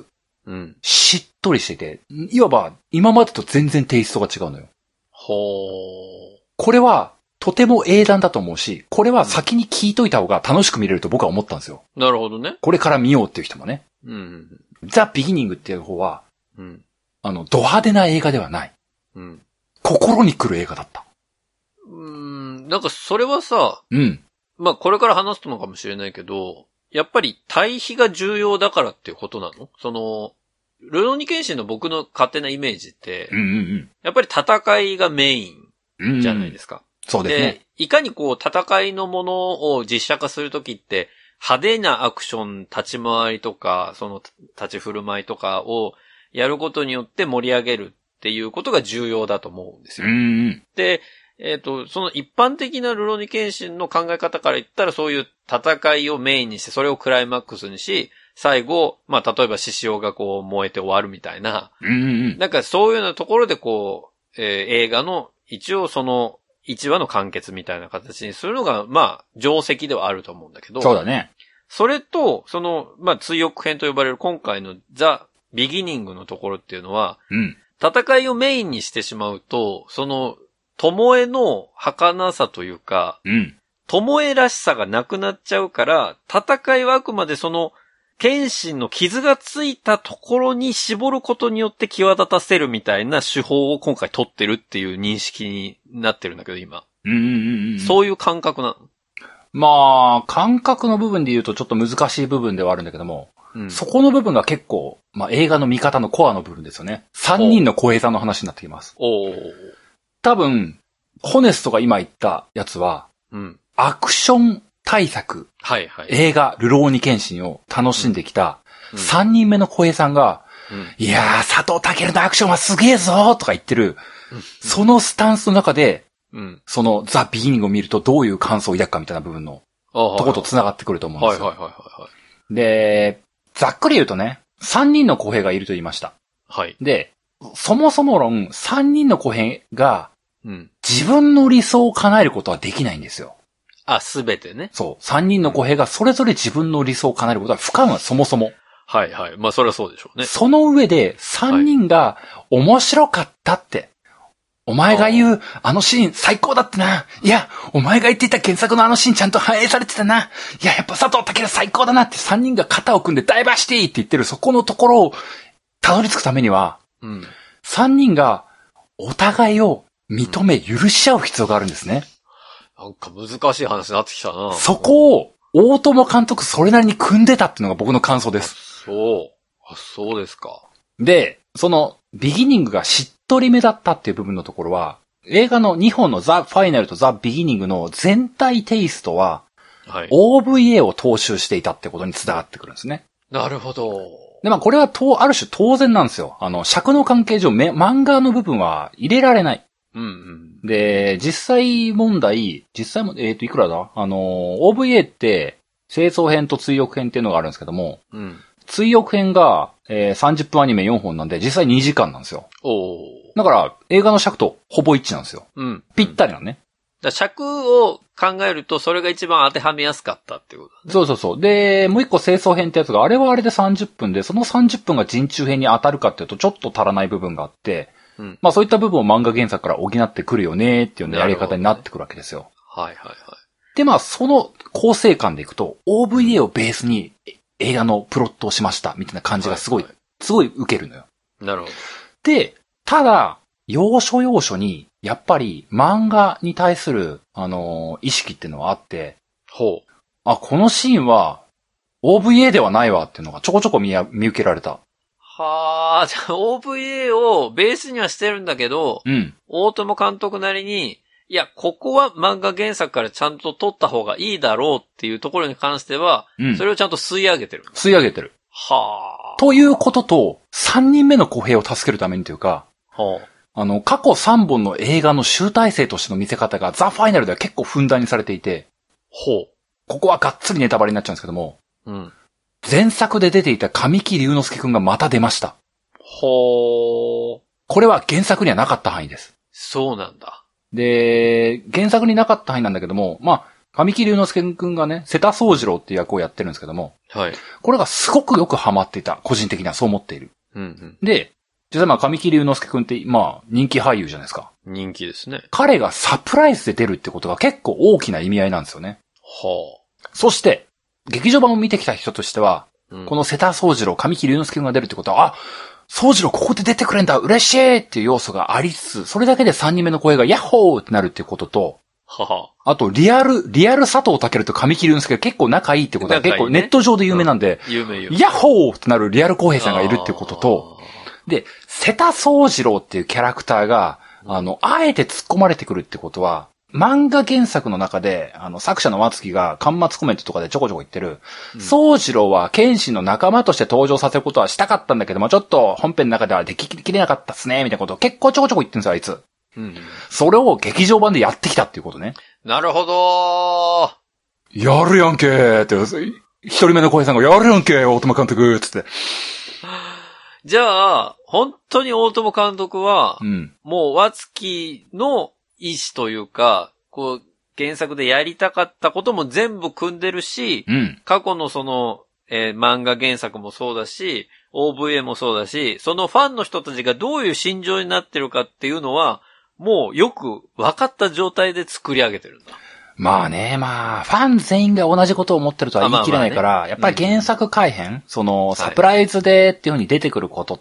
うん。 しっとりしてて、いわば今までと全然テイストが違うのよ。 ほー。 これはとても英断だと思うし、これは先に聞いといた方が楽しく見れると僕は思ったんですよ。 なるほどね。 これから見ようっていう人もね。 うん。 ザ・ビギニングっていう方は、 うん。 あの、ド派手な映画ではない。 うん。 心に来る映画だった。 うーん、なんかそれはさ、 うん。 まあこれから話すのかもしれないけど、やっぱり対比が重要だからっていうことなの？その、ルローニケンシンの僕の勝手なイメージって、 うんうんうん、 やっぱり戦いがメインじゃないですか。うんうん、 そうですね。 で、いかにこう戦いのものを実写化するときって派手なアクション、立ち回りとか、その立ち振る舞いとかをやることによって盛り上げるっていうことが重要だと思うんですよ。 うんうん、 で、えっと、その一般的なルローニケンシンの考え方から言ったらそういう戦いをメインにして、それをクライマックスにし、最後、まあ、例えば獅子王がこう燃えて終わるみたいな、 うんうん、 なんかそういうようなところでこう、えー、映画の一応その一話の完結みたいな形にするのが、まあ、定石ではあると思うんだけど。 そうだね。 それと、その、まあ、追憶編と呼ばれる今回のザ・ビギニングのところっていうのは、 うん、 戦いをメインにしてしまうと、その、巴の儚さというか、 うん、 巴らしさがなくなっちゃうから、戦いはあくまでその、剣心の傷がついたところに絞ることによって際立たせるみたいな手法を今回取ってるっていう認識になってるんだけど、今。 うんうんうん、 そういう感覚なの？ まあ、感覚の部分で言うとちょっと難しい部分ではあるんだけども、うん、そこの部分が結構、まあ映画の見方のコアの部分ですよね。三人の小平さんの話になってきます。 おー。 多分、ホネストが今言ったやつは、 うん、 アクション対策、 はいはい、 映画、ルローニケンシンを楽しんできた、三人目の小平さんが、うん、いやー、佐藤健のアクションはすげえぞーとか言ってる、うん、そのスタンスの中で、うん、そのザ・ビギニングを見るとどういう感想を抱くかみたいな部分のとこと繋がってくると思うんですよ。 はいはいはいはい。 で、ざっくり言うとね、三人の小平がいると言いました。 はい。 で、そもそも論、三人の小平が、 うん、 自分の理想を叶えることはできないんですよ。 あ、すべてね。 そう。三人の小平がそれぞれ自分の理想を叶えることは不可能、そもそも。 はいはい。まあそれはそうでしょうね。 その上で、三人が面白かったって。はい、お前が言う、あのシーン最高だったな。いや、お前が言っていた原作のあのシーンちゃんと反映されてたな。いや、やっぱ佐藤健最高だなって三人が肩を組んでダイバーシティって言ってるそこのところをたどり着くためには、 うん、 三人がお互いを認め許し合う必要があるんですね。 なんか難しい話になってきたな。 そこを、大友監督それなりに組んでたっていうのが僕の感想です。 そう。あ、そうですか。 で、その、ビギニングがしっとりめだったっていう部分のところは、映画のにほんのザ・ファイナルとザ・ビギニングの全体テイストは、 はい、 オーブイエー を踏襲していたってことに繋がってくるんですね。 なるほど。 で、まあこれはと、ある種当然なんですよ。あの、尺の関係上、漫画の部分は入れられない。 うんうん、 で、実際問題、実際も、えっと、いくらだあの、オーブイエー って、清掃編と追憶編っていうのがあるんですけども、 うん、 追憶編が、えー、さんじゅっぷんアニメよんほんなんで、実際にじかんなんですよ。 おー。 だから、映画の尺とほぼ一致なんですよ。 うん。 ぴったりなのね。 だ尺を考えると、それが一番当てはめやすかったっていうことだね。 そうそうそう。で、もう一個清掃編ってやつが、あれはあれでさんじゅっぷんで、そのさんじゅっぷんが人中編に当たるかっていうと、ちょっと足らない部分があって、うん、まあそういった部分を漫画原作から補ってくるよねっていうようなやり方になってくるわけですよ。 はいはいはい。 で、まあその構成感でいくと、オーブイエー をベースに映画のプロットをしましたみたいな感じがすごい、はいはい、すごい受けるのよ。 なるほど。 で、ただ、要所要所に、やっぱり漫画に対する、あのー、意識っていうのはあって、 ほう。 あ、このシーンは、オーブイエー ではないわっていうのがちょこちょこ見や、見受けられた。 はあ、じゃあ オーブイエー をベースにはしてるんだけど、 うん。 大友監督なりに、いや、ここは漫画原作からちゃんと撮った方がいいだろうっていうところに関しては、うん、それをちゃんと吸い上げてる。 吸い上げてる。 はあ。 ということと、三人目の小平を助けるためにというか、 はあ。 あの、過去さんぼんの映画の集大成としての見せ方がザ・ファイナルでは結構ふんだんにされていて、 ほう。 ここはがっつりネタバレになっちゃうんですけども、 うん。 前作で出ていた神木隆之介くんがまた出ました。 ほー。 これは原作にはなかった範囲です。 そうなんだ。 で、原作になかった範囲なんだけども、まあ、神木隆之介くんがね、瀬田宗次郎っていう役をやってるんですけども、 はい。 これがすごくよくハマっていた。個人的にはそう思っている。 うんうん、 で、実はまあ、神木隆之介くんって、まあ、人気俳優じゃないですか。 人気ですね。 彼がサプライズで出るってことが結構大きな意味合いなんですよね。 はあ。 そして、劇場版を見てきた人としては、うん、この瀬田宗次郎、神木隆之介くんが出るってことは、あ、宗次郎ここで出てくれんだ、嬉しいっていう要素がありつつ、それだけでさんにんめの声がヤッホーってなるっていうことと、 はは。 あと、リアル、リアル佐藤健と神木隆之介が結構仲いいってことは、ね、結構ネット上で有名なんで、 うん、有名有名。 ヤッホーってなるリアル浩平さんがいるっていうことと、で、瀬田宗次郎っていうキャラクターが、あの、あえて突っ込まれてくるってことは、漫画原作の中で、あの、作者の松木が端末コメントとかでちょこちょこ言ってる、うん、宗次郎は剣心の仲間として登場させることはしたかったんだけども、ちょっと本編の中ではでききれなかったっすね、みたいなことを結構ちょこちょこ言ってるんですよ、あいつ。うん、それを劇場版でやってきたっていうことね。 なるほどー。やるやんけーって、一人目の声さんがやるやんけー、大友監督つって。 じゃあ、本当に大友監督は、うん、もう、和月の意思というか、こう、原作でやりたかったことも全部組んでるし、うん、過去のその、えー、漫画原作もそうだし、オーブイエー もそうだし、そのファンの人たちがどういう心情になってるかっていうのは、もうよく分かった状態で作り上げてるんだ。 まあね、まあ、ファン全員が同じことを思ってるとは言い切れないから、まあまあね、やっぱり原作改編、うん、その、サプライズでっていう風に出てくることって、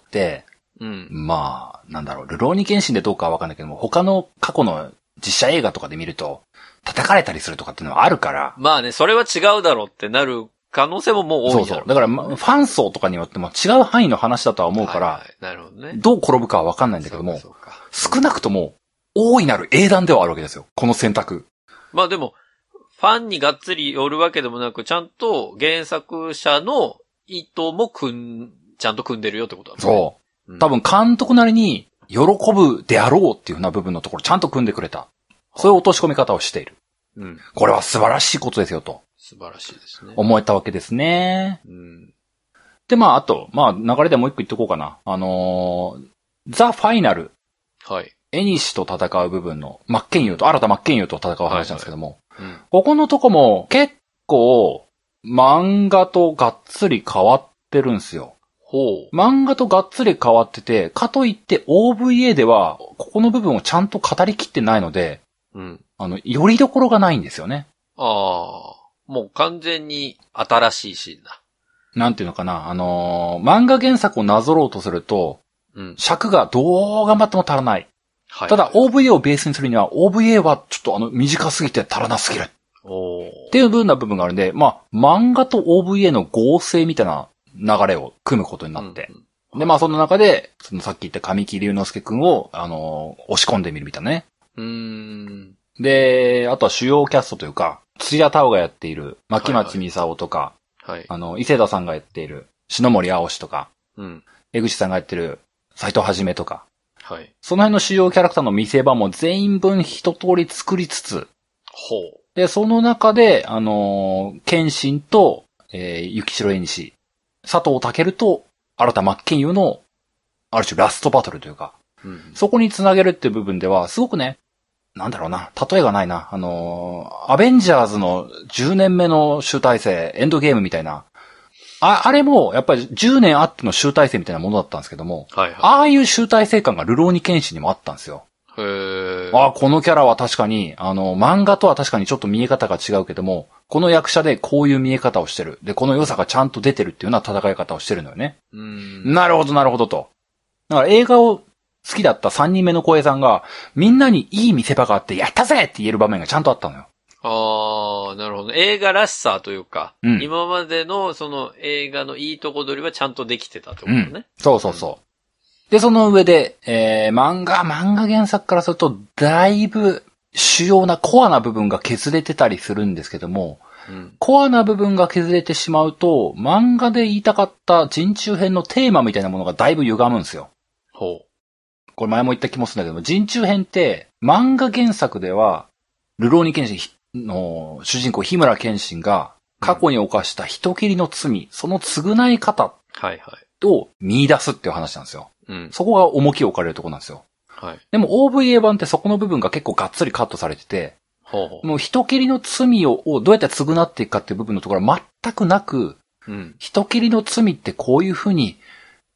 はい、まあ、なんだろう、ルローニケンシンでどうかはわかんないけども、他の過去の実写映画とかで見ると、叩かれたりするとかっていうのはあるから。 まあね、それは違うだろうってなる可能性ももう多いだろう。 そうそう。だから、まあ、ファン層とかによっても違う範囲の話だとは思うから、はいはい、 なるほどね。 どう転ぶかはわかんないんだけども、そうかそうか、少なくとも、大いなる英断ではあるわけですよ。この選択。 まあでも、ファンにがっつり寄るわけでもなく、ちゃんと原作者の意図も組ん、ちゃんと組んでるよってことだね。 そう。うん、多分監督なりに喜ぶであろうっていうふうな部分のところちゃんと組んでくれた。そういう落とし込み方をしている。うん。これは素晴らしいことですよと。 素晴らしいですね。 思えたわけですね。うん。で、まあ、あと、まあ、流れでもう一個言っとこうかな。あのー、ザ・ファイナル。 はい。 エニシと戦う部分の、真剣佑と、新田真剣佑と戦う話なんですけども、はいはい、うん、ここのとこも結構、漫画とがっつり変わってるんですよ。 ほう。 漫画とがっつり変わってて、かといって オーブイエー では、ここの部分をちゃんと語りきってないので、うん。あの、よりどころがないんですよね。 ああ。もう完全に新しいシーンだ。 なんていうのかな、あのー、漫画原作をなぞろうとすると、うん、尺がどう頑張っても足らない。はい、ただ オーブイエー をベースにするには オーブイエー はちょっとあの短すぎて足らなすぎる。おっていう部分な部分があるんで、まあ漫画と オーブイエー の合成みたいな流れを組むことになって。うんうん、でまあその中で、そのさっき言った神木隆之介くんを、あのー、押し込んでみるみたいなね。うーんで、あとは主要キャストというか、土屋太鳳がやっている牧町美沙夫とか、はいはい、あの、伊勢田さんがやっている篠森青志とか、うん、江口さんがやってる斎藤はじめとか、はい。その辺の主要キャラクターの見せ場も全員分一通り作りつつ、ほう。で、その中で、あのー、謙信と、えー、雪城縁西、佐藤健と新田真剣佑の、ある種ラストバトルというか、うん、そこに繋げるっていう部分では、すごくね、なんだろうな、例えがないな、あのー、アベンジャーズのじゅうねんめの集大成、エンドゲームみたいな、あ、あれも、やっぱりじゅうねんあっての集大成みたいなものだったんですけども、はいはい、ああいう集大成感がルローニケンシンにもあったんですよ。へー。ああ、このキャラは確かに、あの、漫画とは確かにちょっと見え方が違うけども、この役者でこういう見え方をしてる。で、この良さがちゃんと出てるっていうような戦い方をしてるのよね。うーん。なるほど、なるほどと。だから映画を好きだったさんにんめの小江さんが、みんなにいい見せ場があって、やったぜって言える場面がちゃんとあったのよ。 ああ、なるほど。映画らしさというか、うん、今までのその映画のいいとこ取りはちゃんとできてたってことね。うん、 そうそうそう。うん、で、その上で、えー、漫画、漫画原作からすると、だいぶ主要なコアな部分が削れてたりするんですけども、うん、コアな部分が削れてしまうと、漫画で言いたかった人中編のテーマみたいなものがだいぶ歪むんですよ。ほう。これ前も言った気もするんだけども、人中編って漫画原作では、ルローニケンシンの主人公、日村謙信が過去に犯した人斬りの罪、うん、その償い方を見出すっていう話なんですよ。うん、そこが重きを置かれるところなんですよ。はい、でも オーブイエー 版ってそこの部分が結構がっつりカットされてて、ほうほうもう人斬りの罪をどうやって償っていくかっていう部分のところは全くなく、うん、人斬りの罪ってこういうふうに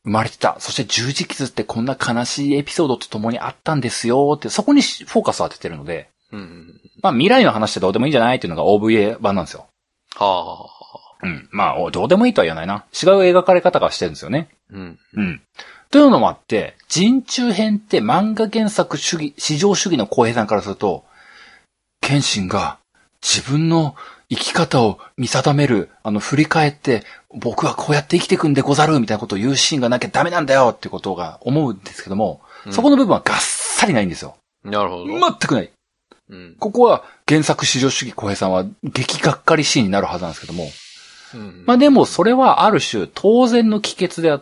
生まれてた。そして十字傷ってこんな悲しいエピソードと共にあったんですよって、そこにフォーカスを当ててるので、うん、まあ未来の話ってどうでもいいんじゃないっていうのが オーブイエー 版なんですよ。はあ。うん。まあ、どうでもいいとは言わないな。違う描かれ方がしてるんですよね。うん。うん。というのもあって、人中編って漫画原作主義、至上主義の浩平さんからすると、謙信が自分の生き方を見定める、あの、振り返って、僕はこうやって生きていくんでござる、みたいなことを言うシーンがなきゃダメなんだよってことが思うんですけども、うん、そこの部分はがっさりないんですよ。 なるほど。 全くない。うん、ここは原作至上主義浩平さんは激がっかりシーンになるはずなんですけども、うん、まあでもそれはある種当然の帰結であって、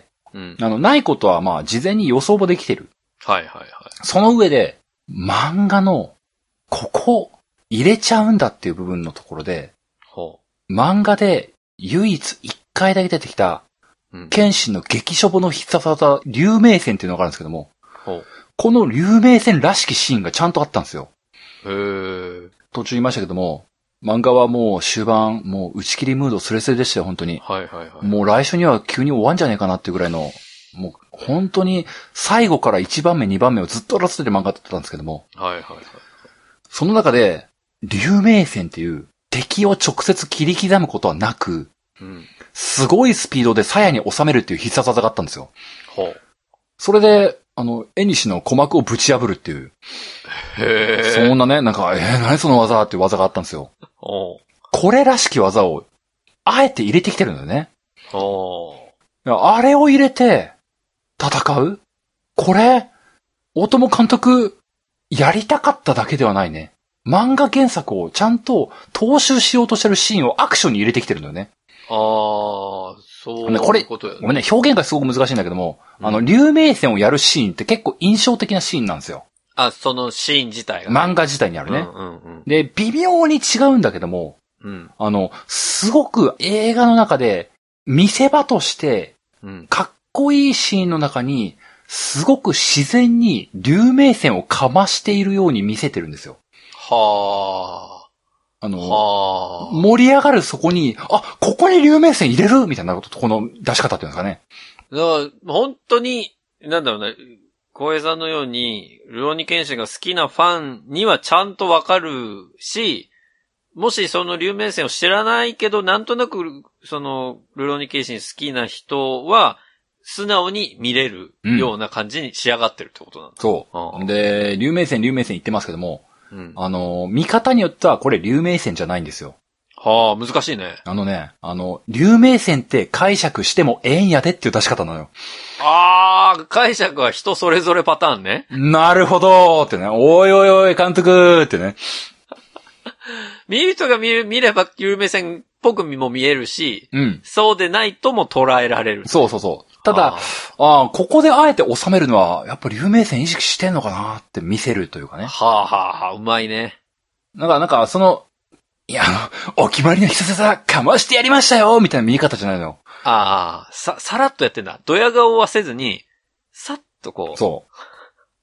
うん、あの、ないことはまあ事前に予想もできてる。 はいはいはい。 その上で、漫画の、ここ、入れちゃうんだっていう部分のところで、ほう漫画で唯一一回だけ出てきた、うん、謙信の激しょぼの必殺技、竜明戦っていうのがあるんですけども、ほうこの竜明戦らしきシーンがちゃんとあったんですよ。へー。途中言いましたけども、漫画はもう終盤、もう打ち切りムードスレスレでしたよ、本当に。はいはいはい。もう来週には急に終わんじゃねえかなっていうぐらいの、もう本当に最後からいちばんめ、にばんめをずっと争ってて漫画だったんですけども。はいはいはい。その中で、竜明戦っていう敵を直接切り刻むことはなく、うん、すごいスピードで鞘に収めるっていう必殺技があったんですよ。ほう。それで、あの、絵西の鼓膜をぶち破るっていう。へー。そんなね、なんか、えー、何その技っていう技があったんですよ。おこれらしき技を、あえて入れてきてるんだよね。おあれを入れて、戦うこれ、大友監督、やりたかっただけではないね。漫画原作をちゃんと踏襲しようとしてるシーンをアクションに入れてきてるんだよね。ああ、そういうことやね。これ、ごめんね、表現がすごく難しいんだけども、うん、あの、竜明戦をやるシーンって結構印象的なシーンなんですよ。あ、そのシーン自体が、ね。漫画自体にあるね。うんうんうん、で、微妙に違うんだけども、うん、あの、すごく映画の中で見せ場として、かっこいいシーンの中に、すごく自然に竜明戦をかましているように見せてるんですよ。はあ。あの、はあ、盛り上がるそこに、あ、ここに竜明戦入れるみたいなこと、この出し方っていうんですかね。だから、本当に、なんだろうね、小江さんのように、ルローニケンシンが好きなファンにはちゃんとわかるし、もしその竜明戦を知らないけど、なんとなく、その、ルローニケンシン好きな人は、素直に見れるような感じに仕上がってるってことなんだ、うん。そう。うん、で、竜明戦、竜明戦言ってますけども、うん、あの、見方によってはこれ竜明戦じゃないんですよ。はあ、難しいね。あのね、あの、竜明戦って解釈してもええんやでっていう出し方なのよ。ああ、解釈は人それぞれパターンね。なるほどってね。おいおいおい、監督ってね。見る人が見る、見れば竜明戦っぽくも見えるし、うん、そうでないとも捉えられる。そうそうそう。ただ、ああ、ここであえて収めるのは、やっぱ竜明戦意識してんのかなって見せるというかね。はあはあはあ、うまいね。なんか、なんか、その、いや、あの、お決まりの必殺技、かましてやりましたよみたいな見え方じゃないの。ああ、さ、さらっとやってんだ。ドヤ顔はせずに、さっとこう。そう。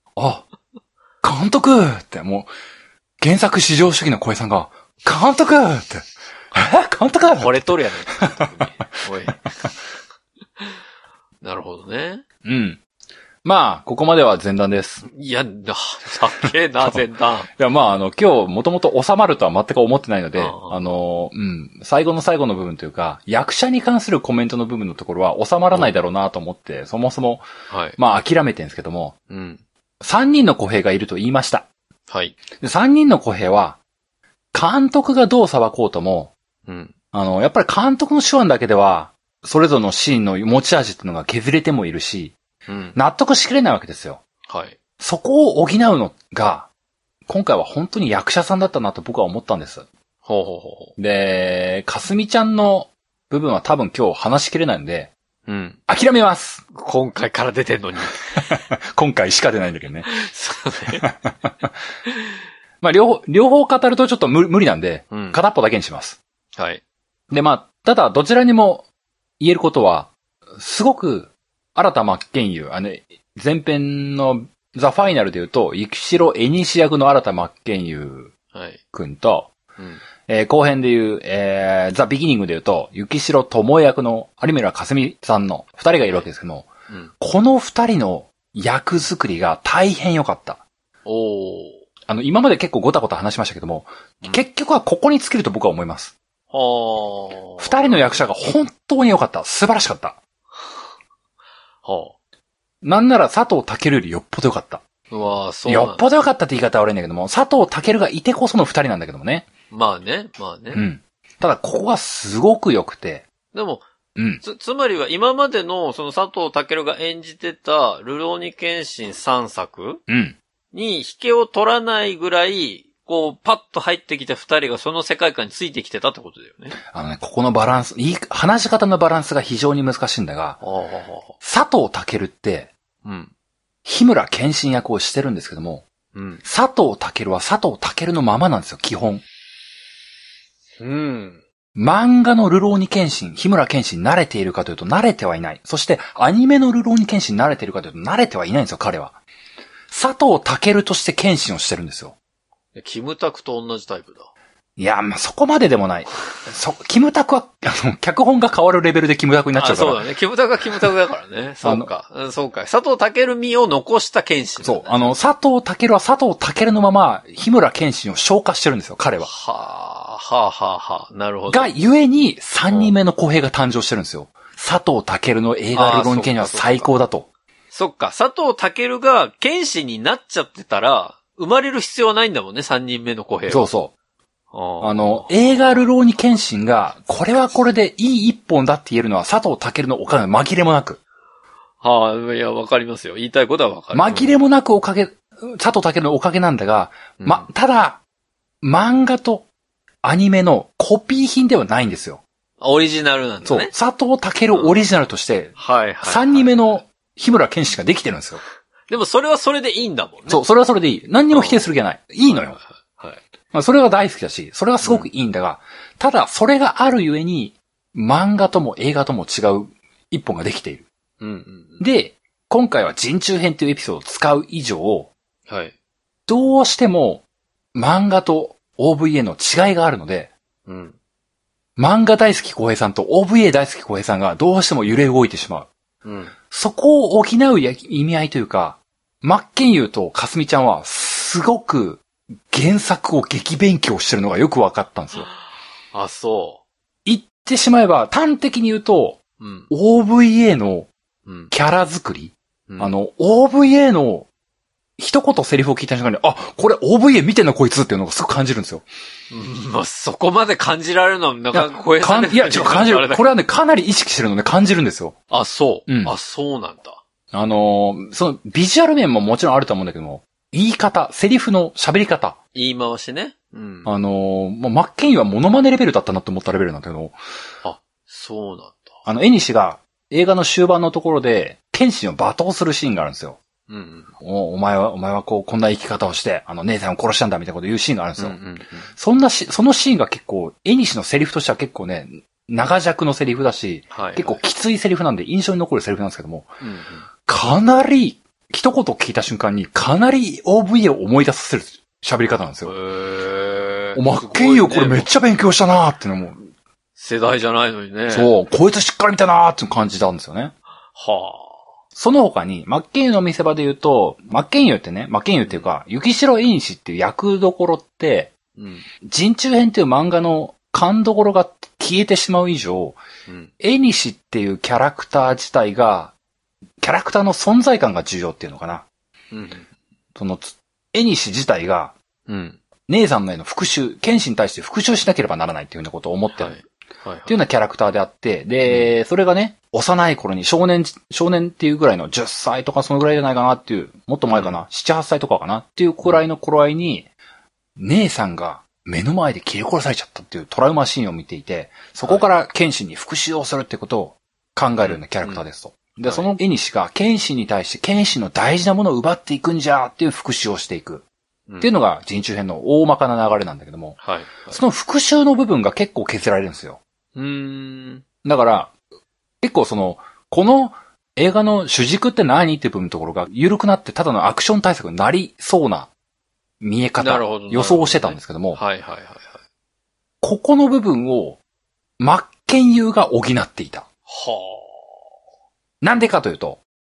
あ、監督って、もう、原作至上主義の小江さんが、監督って、え監督惚れとるやねん。おい。なるほどね。うん。まあ、ここまでは前段です。いや、な、さっけえな、前段。いや、まあ、あの、今日、もともと収まるとは全く思ってないので、あ, あの、うん、最後の最後の部分というか、役者に関するコメントの部分のところは収まらないだろうなと思って、うん、そもそも、はい、まあ、諦めてるんですけども、うん。さんにんの小兵がいると言いました。はい。で、さんにんの小兵は、監督がどう裁こうとも、うん。あの、やっぱり監督の手腕だけでは、それぞれのシーンの持ち味っていうのが削れてもいるし、うん、納得しきれないわけですよ。はい。そこを補うのが、今回は本当に役者さんだったなと僕は思ったんです。ほうほうほう。で、かすみちゃんの部分は多分今日話しきれないので、うん。諦めます。今回から出てんのに。今回しか出ないんだけどね。そうね。まあ両方、両方語るとちょっと無無理なんで、うん、片っぽだけにします。はい。で、まあ、ただどちらにも言えることは、すごく、新田真剣佑、あの、前編のザ・ファイナルで言うと、雪城絵西役の新田真剣佑くんと、はいうん、えー、後編で言う、えー、ザ・ビギニングで言うと、雪城智也役の有村架純さんの二人がいるわけですけども、 うん、この二人の役作りが大変良かった。 おー。 あの、今まで結構ごたごた話しましたけども、うん、結局はここに尽きると僕は思います。 は二人の役者が本当に良かった。素晴らしかった。 はあ、 なんなら佐藤健よりよっぽど良かった。 うわそうなんだ。 よっぽど良かったって言い方は悪いんだけども、佐藤健がいてこその二人なんだけどもね。 まあね、まあね。 うん。ただ、ここがすごく良くて。 でも、 うん。 つ、つまりは今までのその佐藤健が演じてたルローニケンシンさんさくうん。 に引けを取らないぐらい、こう、パッと入ってきた二人がその世界観についてきてたってことだよね。 あのね、ここのバランス、いい、話し方のバランスが非常に難しいんだが、佐藤健って、 うん。 日村謙信役をしてるんですけども、 うん。 佐藤健は佐藤健のままなんですよ、基本。 うん。 漫画のルローニケンシン、日村謙信慣れているかというと慣れてはいない。そしてアニメのルローニケンシン慣れているかというと慣れてはいないんですよ、彼は。佐藤健として謙信をしてるんですよ。 キムタクと同じタイプだ。 いや、まあ、そこまででもない。そ、キムタクは、あの、脚本が変わるレベルでキムタクになっちゃうから。 あ、そうだね。キムタクはキムタクだからね。そうか。そうか。佐藤健身を残した謙信、ね。 そう。あの、佐藤健は佐藤健のまま、日村謙信を消化してるんですよ、彼は。 はあ、はあ、はあ、はあ。なるほど。 が、ゆえに、三人目の小平が誕生してるんですよ。佐藤健の映画ルロンケンは最高だと。 そっか。佐藤健が謙信になっちゃってたら、生まれる必要はないんだもんね、三人目の小平は。 そうそう。あ, あの、映画ルローニケンシンが、これはこれでいい一本だって言えるのは佐藤健のおかげ、紛れもなく。 はあ、いや、わかりますよ。言いたいことはわかる。 紛れもなくおかげ、佐藤健のおかげなんだが、うん、ま、ただ、漫画とアニメのコピー品ではないんですよ。 オリジナルなんだね。 そう。佐藤健オリジナルとして、 はいはい。 三人目の日村健信ができてるんですよ。 でもそれはそれでいいんだもんね。 そう、それはそれでいい。何にも否定する気はない。いいのよ。 はい。 まあ、それは大好きだし、それはすごくいいんだが、うん、ただ、それがあるゆえに、漫画とも映画とも違う一本ができている。 うんうんうん、 で、今回は人中編というエピソードを使う以上、 はい。 どうしても、漫画と オーブイエー の違いがあるので、 うん、 漫画大好き小平さんと オーブイエー 大好き小平さんがどうしても揺れ動いてしまう。 うん、 そこを補う意味合いというか、マッケンユーとかすみちゃんは、すごく原作を激勉強してるのがよく分かったんですよ。 あ、そう。 言ってしまえば、端的に言うと、 うん、 オーブイエー のキャラ作り、うん、あの、オーブイエー の一言セリフを聞いた瞬間に、あ、これ オーブイエー 見てんなこいつっていうのがすごく感じるんですよ。 うん、まあ、そこまで感じられるのはなかなか声されいや、違う、感じる。これはね、かなり意識してるので感じるんですよ。 あ、そう。 うん、 あ、そうなんだ。 あのー、その、ビジュアル面ももちろんあると思うんだけども、言い方、セリフの喋り方。 言い回しね。うん。 あのー、もうマッケンユーはモノマネレベルだったなと思ったレベルなんだけど。 あ、そうなんだ。 あの、エニシが映画の終盤のところで、剣心を罵倒するシーンがあるんですよ。 うんうん、 お, お前は、お前はこう、こんな生き方をして、あの、姉さんを殺したんだみたいなこと言うシーンがあるんですよ。 うんうんうん、 そんなし、そのシーンが結構、エニシのセリフとしては結構ね、長尺のセリフだし、はいはい、結構きついセリフなんで印象に残るセリフなんですけども、 うんうん、 かなり、一言聞いた瞬間にかなり オーブイエー を思い出させる喋り方なんですよ。 へー。 マッケンユーこれめっちゃ勉強したなーってのも。 世代じゃないのにね。 そう、こいつしっかり見たなーって感じたんですよね。 はあ。 その他に、マッケンユーの見せ場で言うと、マッケンユーってね、マッケンユーっていうか、雪城エニシっていう役どころって、うん、人中編っていう漫画の勘どころが消えてしまう以上、うん、エニシっていうキャラクター自体が、キャラクターの存在感が重要っていうのかな。うん、その、エニシ自体が、うん、姉さんのへの復讐、剣士に対して復讐しなければならないっていうようなことを思ってる。はいはいはい、っていうようなキャラクターであって、で、うん、それがね、幼い頃に少年、少年っていうぐらいのじゅっさいとかそのぐらいじゃないかなっていう、もっと前かな、うん、なな、はっさいとかかなっていうくらいの頃合いに、姉さんが目の前で切り殺されちゃったっていうトラウマシーンを見ていて、そこから剣士に復讐をするってことを考えるようなキャラクターですと。うん、で、そのエニシが剣士に対して剣士の大事なものを奪っていくんじゃーっていう復讐をしていく。うん、っていうのが人中編の大まかな流れなんだけども、はいはい、その復讐の部分が結構削られるんですよ。 うーんだから、結構その、この映画の主軸って何っていう部分のところが緩くなってただのアクション対策になりそうな見え方、予想をしてたんですけども、 はいはいはいはい。 ここの部分をマッケンユーが補っていた。 はあ。 なんでかというと、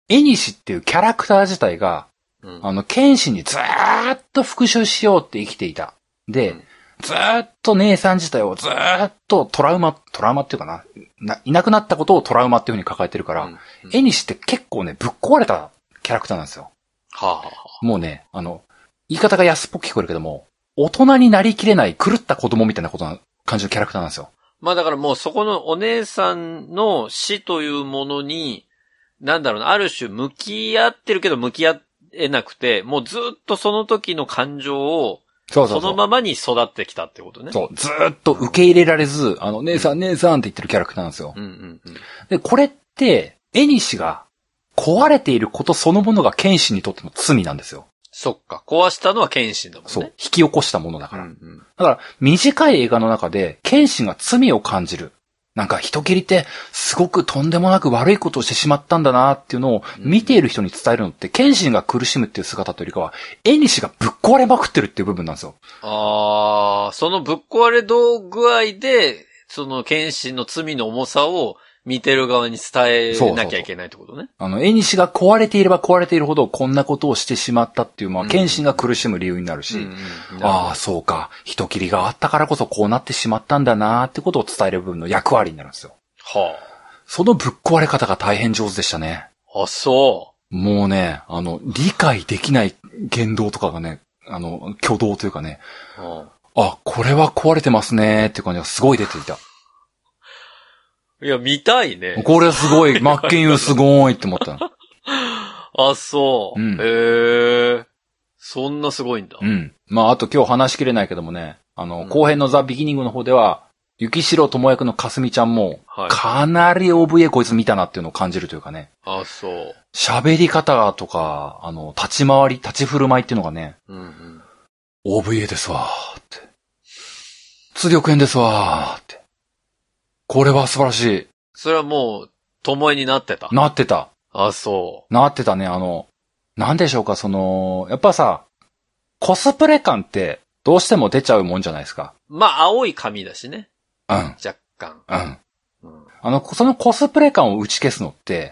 エニシっていうキャラクター自体が、うん、あの、剣心にずーっと復讐しようって生きていた。で、うん、ずーっと姉さん自体をずーっとトラウマ、トラウマっていうかな、ないなくなったことをトラウマっていう風に抱えてるから、うんうん、エニシって結構ね、ぶっ壊れたキャラクターなんですよ。 はあはあ、 もうね、あの、言い方が安っぽく聞こえるけども、大人になりきれない狂った子供みたいなことな感じのキャラクターなんですよ。 まあだからもうそこのお姉さんの死というものに、なんだろうな、ある種向き合ってるけど向き合えなくて、もうずっとその時の感情を、そうそうそう、そのままに育ってきたってことね。 そう、ずーっと受け入れられず、あの、姉さん、姉さんって言ってるキャラクターなんですよ。うんうんうん、で、これって、エニシが壊れていることそのものが剣心にとっての罪なんですよ。 そっか。壊したのは剣心だもんね。 そう。引き起こしたものだから。うんうん、だから、短い映画の中で、剣心が罪を感じる。なんか人斬りってすごくとんでもなく悪いことをしてしまったんだなっていうのを見ている人に伝えるのって、剣心が苦しむっていう姿というよりかは、エニシがぶっ壊れまくってるっていう部分なんですよ。 ああ、そのぶっ壊れ度具合で、その剣心の罪の重さを見てる側に伝えなきゃいけないってことね。そうそうそう、 あの、エニシが壊れていれば壊れているほどこんなことをしてしまったっていう、まあ、剣心が苦しむ理由になるし、うんうん、ああ、そうか、人斬りがあったからこそこうなってしまったんだなーってことを伝える部分の役割になるんですよ。 はあ。 そのぶっ壊れ方が大変上手でしたね。 あ、そう。 もうね、あの、理解できない言動とかがね、あの、挙動というかね、はあ、あ、これは壊れてますねーっていう感じがすごい出ていた。 いや、見たいね。 これすごい、マッケンユーすごいって思ったの。 あ、そう。うん、へえ。そんなすごいんだ。 うん。まあ、あと今日話しきれないけどもね、あの、うん、後編のザ・ビギニングの方では、雪城智役のかすみちゃんも、はい、かなり オーブイエー こいつ見たなっていうのを感じるというかね。 あ、そう。 喋り方とか、あの、立ち回り、立ち振る舞いっていうのがね、うんうん、オーブイエー ですわーって。通力編ですわーって。これは素晴らしい。 それはもう、巴になってた。 なってた。 あ、そう。 なってたね。あの、なんでしょうか、その、やっぱさ、コスプレ感ってどうしても出ちゃうもんじゃないですか。 まあ、青い髪だしね。 うん。 若干。 うん。うん、あの、そのコスプレ感を打ち消すのって、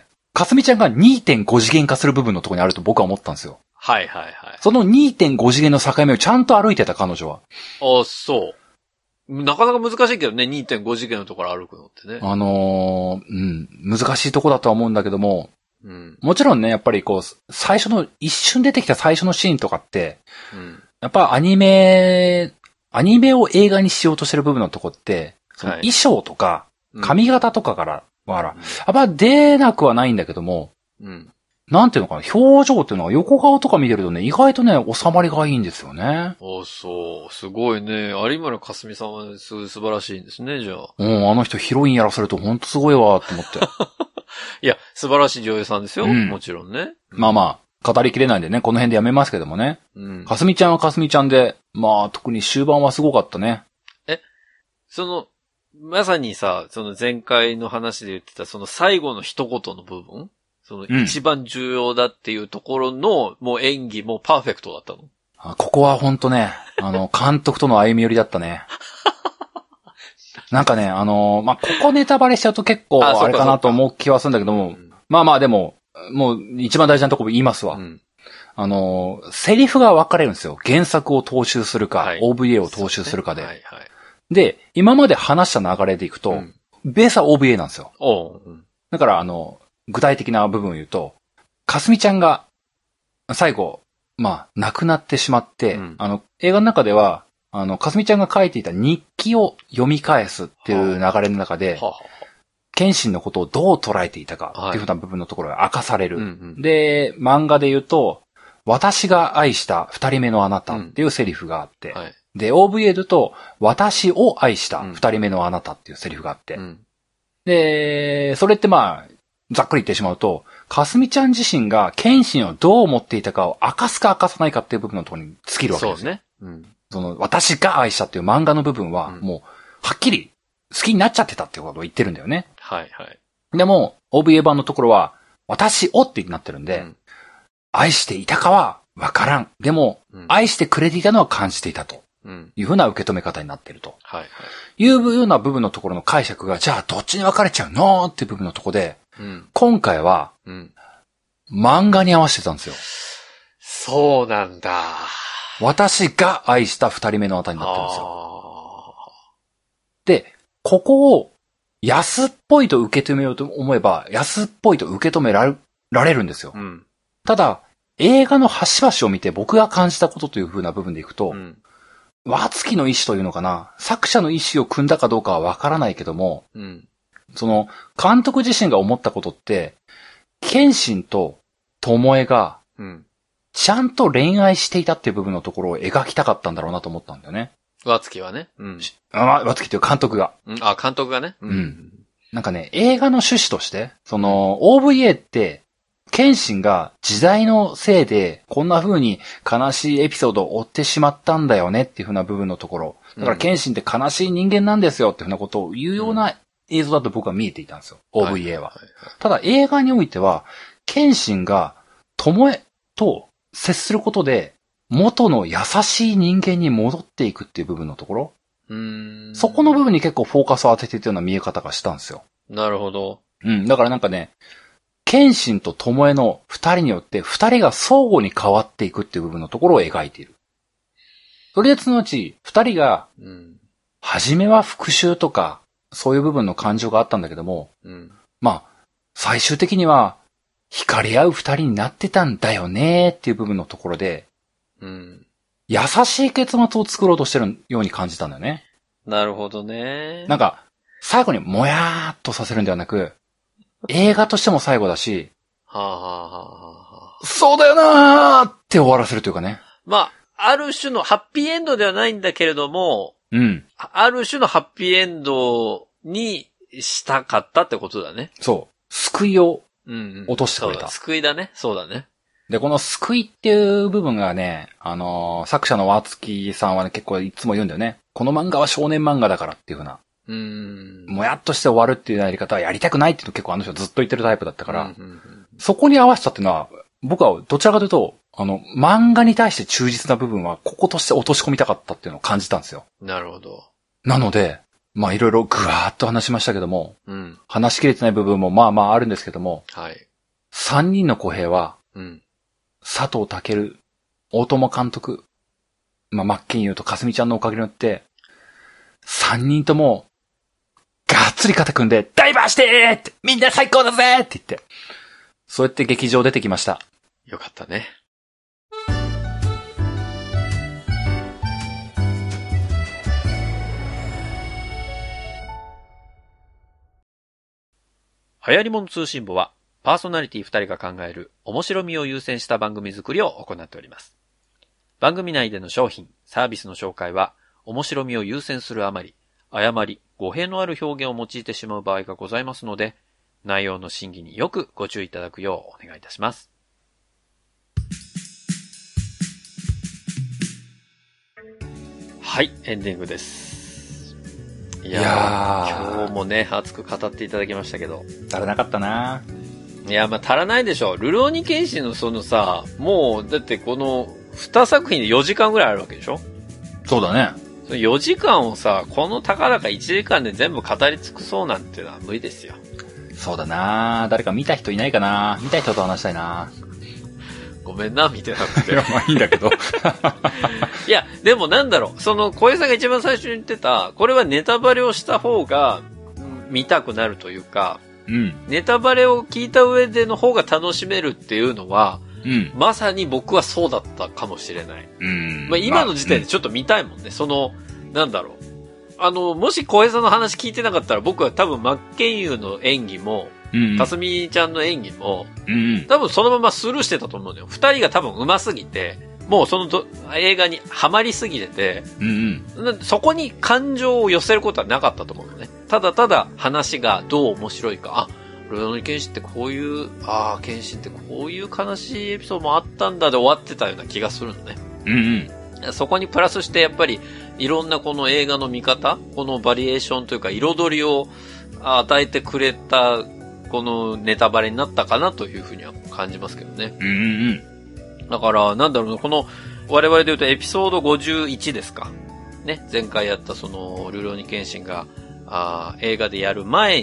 かすみちゃんが にてんご 次元化する部分のところにあると僕は思ったんですよ。 はいはいはい。 その にてんご 次元の境目をちゃんと歩いてた彼女は。 あ、そう。なかなか難しいけどね、にてんご 次元のところ歩くのってね。 あのー、うん、難しいとこだとは思うんだけども、うん、もちろんね、やっぱりこう、最初の、一瞬出てきた最初のシーンとかって、うん、やっぱアニメ、アニメを映画にしようとしてる部分のとこって、その衣装とか、髪型とかから、うん、やっぱ出なくはないんだけども、うん、なんていうのかな、表情っていうのは横顔とか見てるとね、意外とね、収まりがいいんですよね。 あ、そう。すごいね。有村架純さんはす素晴らしいんですね、じゃあ。 うん、あの人ヒロインやらせるとほんとすごいわ、って思って。 いや、素晴らしい女優さんですよ。うん、もちろんね。 まあまあ、語りきれないんでね、この辺でやめますけどもね。うん。かすみちゃんはかすみちゃんで、まあ、特に終盤はすごかったね。 え、その、まさにさ、その前回の話で言ってた、その最後の一言の部分、その一番重要だっていうところの、もう演技もパーフェクトだったの？ あ、ここはほんとね、あの、監督との歩み寄りだったね。なんかね、あの、まあ、ここネタバレしちゃうと結構あれかなと思う気はするんだけども、うん、まあまあでも、もう一番大事なところ言いますわ。うん、あの、セリフが分かれるんですよ。原作を踏襲するか、はい、オーブイエー を踏襲するかで。ね、はいはい、で、今まで話した流れでいくと、うん、ベースは オーブイエー なんですよ。うん、だからあの、具体的な部分を言うと、かすみちゃんが最後、まあ、亡くなってしまって、うん、あの、映画の中では、あの、かすみちゃんが書いていた日記を読み返すっていう流れの中で、はあはあ、謙信のことをどう捉えていたかっていうふうな部分のところが明かされる。はい、うんうん、で、漫画で言うと、私が愛した二人目のあなたっていうセリフがあって、うんはい、で、オーブイエー で言うと、私を愛した二人目のあなたっていうセリフがあって、うん、で、それってまあ、ざっくり言ってしまうと、かすみちゃん自身が謙信をどう思っていたかを明かすか明かさないかっていう部分のところに尽きるわけですよ。そうね。うん、その、私が愛したっていう漫画の部分は、もう、はっきり好きになっちゃってたってことを言ってるんだよね。 はいはい。 でも、オーブイエー 版のところは、私をってなってるんで、うん、愛していたかはわからん。でも、うん、愛してくれていたのは感じていたと。いうふうな受け止め方になっていると。はいはい。いうような部分のところの解釈が、じゃあどっちに分かれちゃうのっていう部分のところで、うん、今回は、うん、 漫画に合わせてたんですよ。 そうなんだ。 私が愛した二人目のあたりになってるんですよ。で、ここを安っぽいと受け止めようと思えば、安っぽいと受け止められ、られるんですよ。うん、ただ、映画の端々を見て僕が感じたことという風な部分でいくと、うん、和月の意志というのかな、作者の意志を組んだかどうかはわからないけども、うん、その、監督自身が思ったことって、謙信と巴が、ちゃんと恋愛していたっていう部分のところを描きたかったんだろうなと思ったんだよね。 和月はね。うん。 あ、和月という監督が。 うん、あ、監督がね。 うん。うん、なんかね、映画の趣旨として、その、オーブイエーって、謙信が時代のせいで、こんな風に悲しいエピソードを追ってしまったんだよねっていう風な部分のところ。だから謙信って悲しい人間なんですよっていう風なことを言うような映像だと僕は見えていたんですよ。オーブイエー は。はいはいはい、ただ映画においては、謙信が巴と接することで、元の優しい人間に戻っていくっていう部分のところ。うーんそこの部分に結構フォーカスを当てていたような見え方がしたんですよ。 なるほど。 うん。だからなんかね、謙信と巴の二人によって二人が相互に変わっていくっていう部分のところを描いている。それでそのうち二人が、うん、初めは復讐とか、そういう部分の感情があったんだけども、うん、まあ、最終的には、惹かれ合う二人になってたんだよねーっていう部分のところで、うん、優しい結末を作ろうとしてるように感じたんだよね。 なるほどね。 なんか、最後にもやーっとさせるんではなく、映画としても最後だし、はあはあはあはあ、そうだよなーって終わらせるというかね。 まあ、ある種のハッピーエンドではないんだけれども、うん。ある種のハッピーエンドにしたかったってことだね。 そう。救いを落としてくれた。うんうん、 そうだ、救いだね。そうだね。 で、この救いっていう部分がね、あのー、作者の和月さんはね、結構いつも言うんだよね。この漫画は少年漫画だからっていうふうな。うーん。もやっとして終わるっていうやり方はやりたくないっていうの結構あの人ずっと言ってるタイプだったから、うんうんうん、そこに合わせたっていうのは、僕はどちらかというと、あの、漫画に対して忠実な部分はこことして落とし込みたかったっていうのを感じたんですよ。 なるほど。 なので、まあいろいろぐわーっと話しましたけども、うん、話しきれてない部分もまあまああるんですけども、はい。三人の小兵は、うん、佐藤健、大友監督、まあ真剣佑とかすみちゃんのおかげによって、三人とも、がっつり肩組んで、ダイバーしてーってみんな最高だぜって言って、そうやって劇場出てきました。 よかったね。流行り物通信簿は、パーソナリティふたりが考える面白みを優先した番組作りを行っております。番組内での商品、サービスの紹介は、面白みを優先するあまり、誤り、語弊のある表現を用いてしまう場合がございますので、内容の審議によくご注意いただくようお願いいたします。はい、エンディングです。いやー、いやー今日もね、熱く語っていただきましたけど。 足らなかったな。 いや、まあ、足らないでしょ。ルローニケンシンのそのさ、もう、だってこのにさく品でよじかんぐらいあるわけでしょ？ そうだね。 そのよじかんをさ、このたかだかいちじかんで全部語り尽くそうなんてのは無理ですよ。 そうだな。誰か見た人いないかな。見た人と話したいな。 ごめんな、見てなくて。 いや、まあいいんだけど。 いや、でもなんだろう、その、小江さんが一番最初に言ってた、これはネタバレをした方が見たくなるというか、うん、ネタバレを聞いた上での方が楽しめるっていうのは、うん、まさに僕はそうだったかもしれない。うん、まあ、今の時点でちょっと見たいもんね。まあうん、その、なんだろう。あの、もし小江さんの話聞いてなかったら僕は多分真剣佑の演技も、うんうん、かすみちゃんの演技も、うんうん、多分そのままスルーしてたと思うんだよ。二人が多分上手すぎて、もうそのど映画にハマりすぎてて、うんうん、そこに感情を寄せることはなかったと思うのね。ただただ話がどう面白いか、あ、ルローニケンシンってこういう、ああ、ケンシンってこういう悲しいエピソードもあったんだで終わってたような気がするのね。うんうん、そこにプラスしてやっぱりいろんなこの映画の見方、このバリエーションというか彩りを与えてくれたこのネタバレになったかなというふうには感じますけどね。うんうん、だから、なんだろうな、この、我々で言うとエピソードごじゅういちですか。ね、前回やったその、ルローニケンシンが、あ映画でやる前に、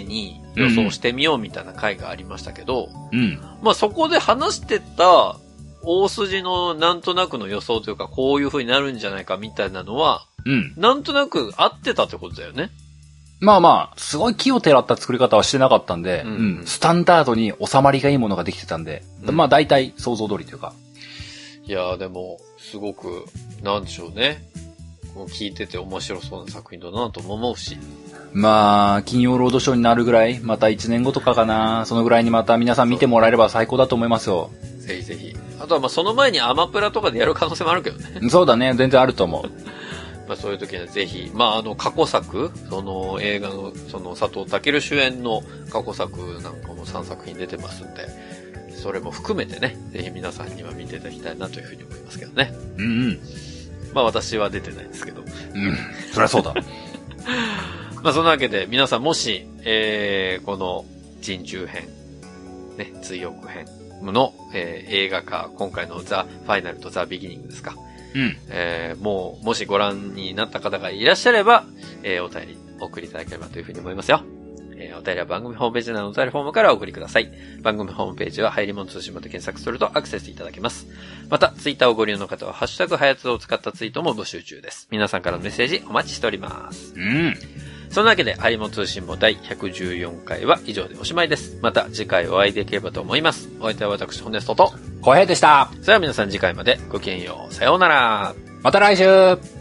予想してみようみたいな回がありましたけど、 うん。 まあそこで話してた大筋のなんとなくの予想というか、こういう風になるんじゃないかみたいなのは、 うん。 なんとなく合ってたってことだよね。 まあまあ、すごい気をてらった作り方はしてなかったんで、うん、うん、スタンダードに収まりがいいものができてたんで、うん、まあ大体想像通りというか。 いやーでも、すごく、なんでしょうね。もう聞いてて面白そうな作品だなとも思うし。 まあ、金曜ロードショーになるぐらい、またいちねんごとかかな、そのぐらいにまた皆さん見てもらえれば最高だと思いますよ。 ぜひぜひ。あとはまあその前にアマプラとかでやる可能性もあるけどね。 そうだね、全然あると思う。 まあそういう時にはぜひ、まああの過去作、その映画の、その佐藤健主演の過去作なんかもさんさく品出てますんで、それも含めてね、ぜひ皆さんには見ていただきたいなというふうに思いますけどね。 うんうん。 まあ私は出てないんですけど。うん、 そりゃそうだ。 まあそんなわけで皆さんもし、えー、この珍獣編、ね、追憶編の、えー、映画化、今回のザ・ファイナルとザ・ビギニングですか。 うん。 えー、もう、もしご覧になった方がいらっしゃれば、えー、お便りお送りいただければというふうに思いますよ。えー、お便りは番組ホームページ内のお便りフォームからお送りください。番組ホームページは、入り物通信簿で検索するとアクセスいただけます。また、ツイッターをご利用の方は、ハッシュタグハヤツを使ったツイートも募集中です。皆さんからのメッセージお待ちしております。 うん。 そんなわけで、入り物通信簿第ひゃくじゅうよんかいは以上でおしまいです。また次回お会いできればと思います。お相手は私、ホネストと、 小平でした。 それでは皆さん次回までごきげんよう。さようなら。 また来週。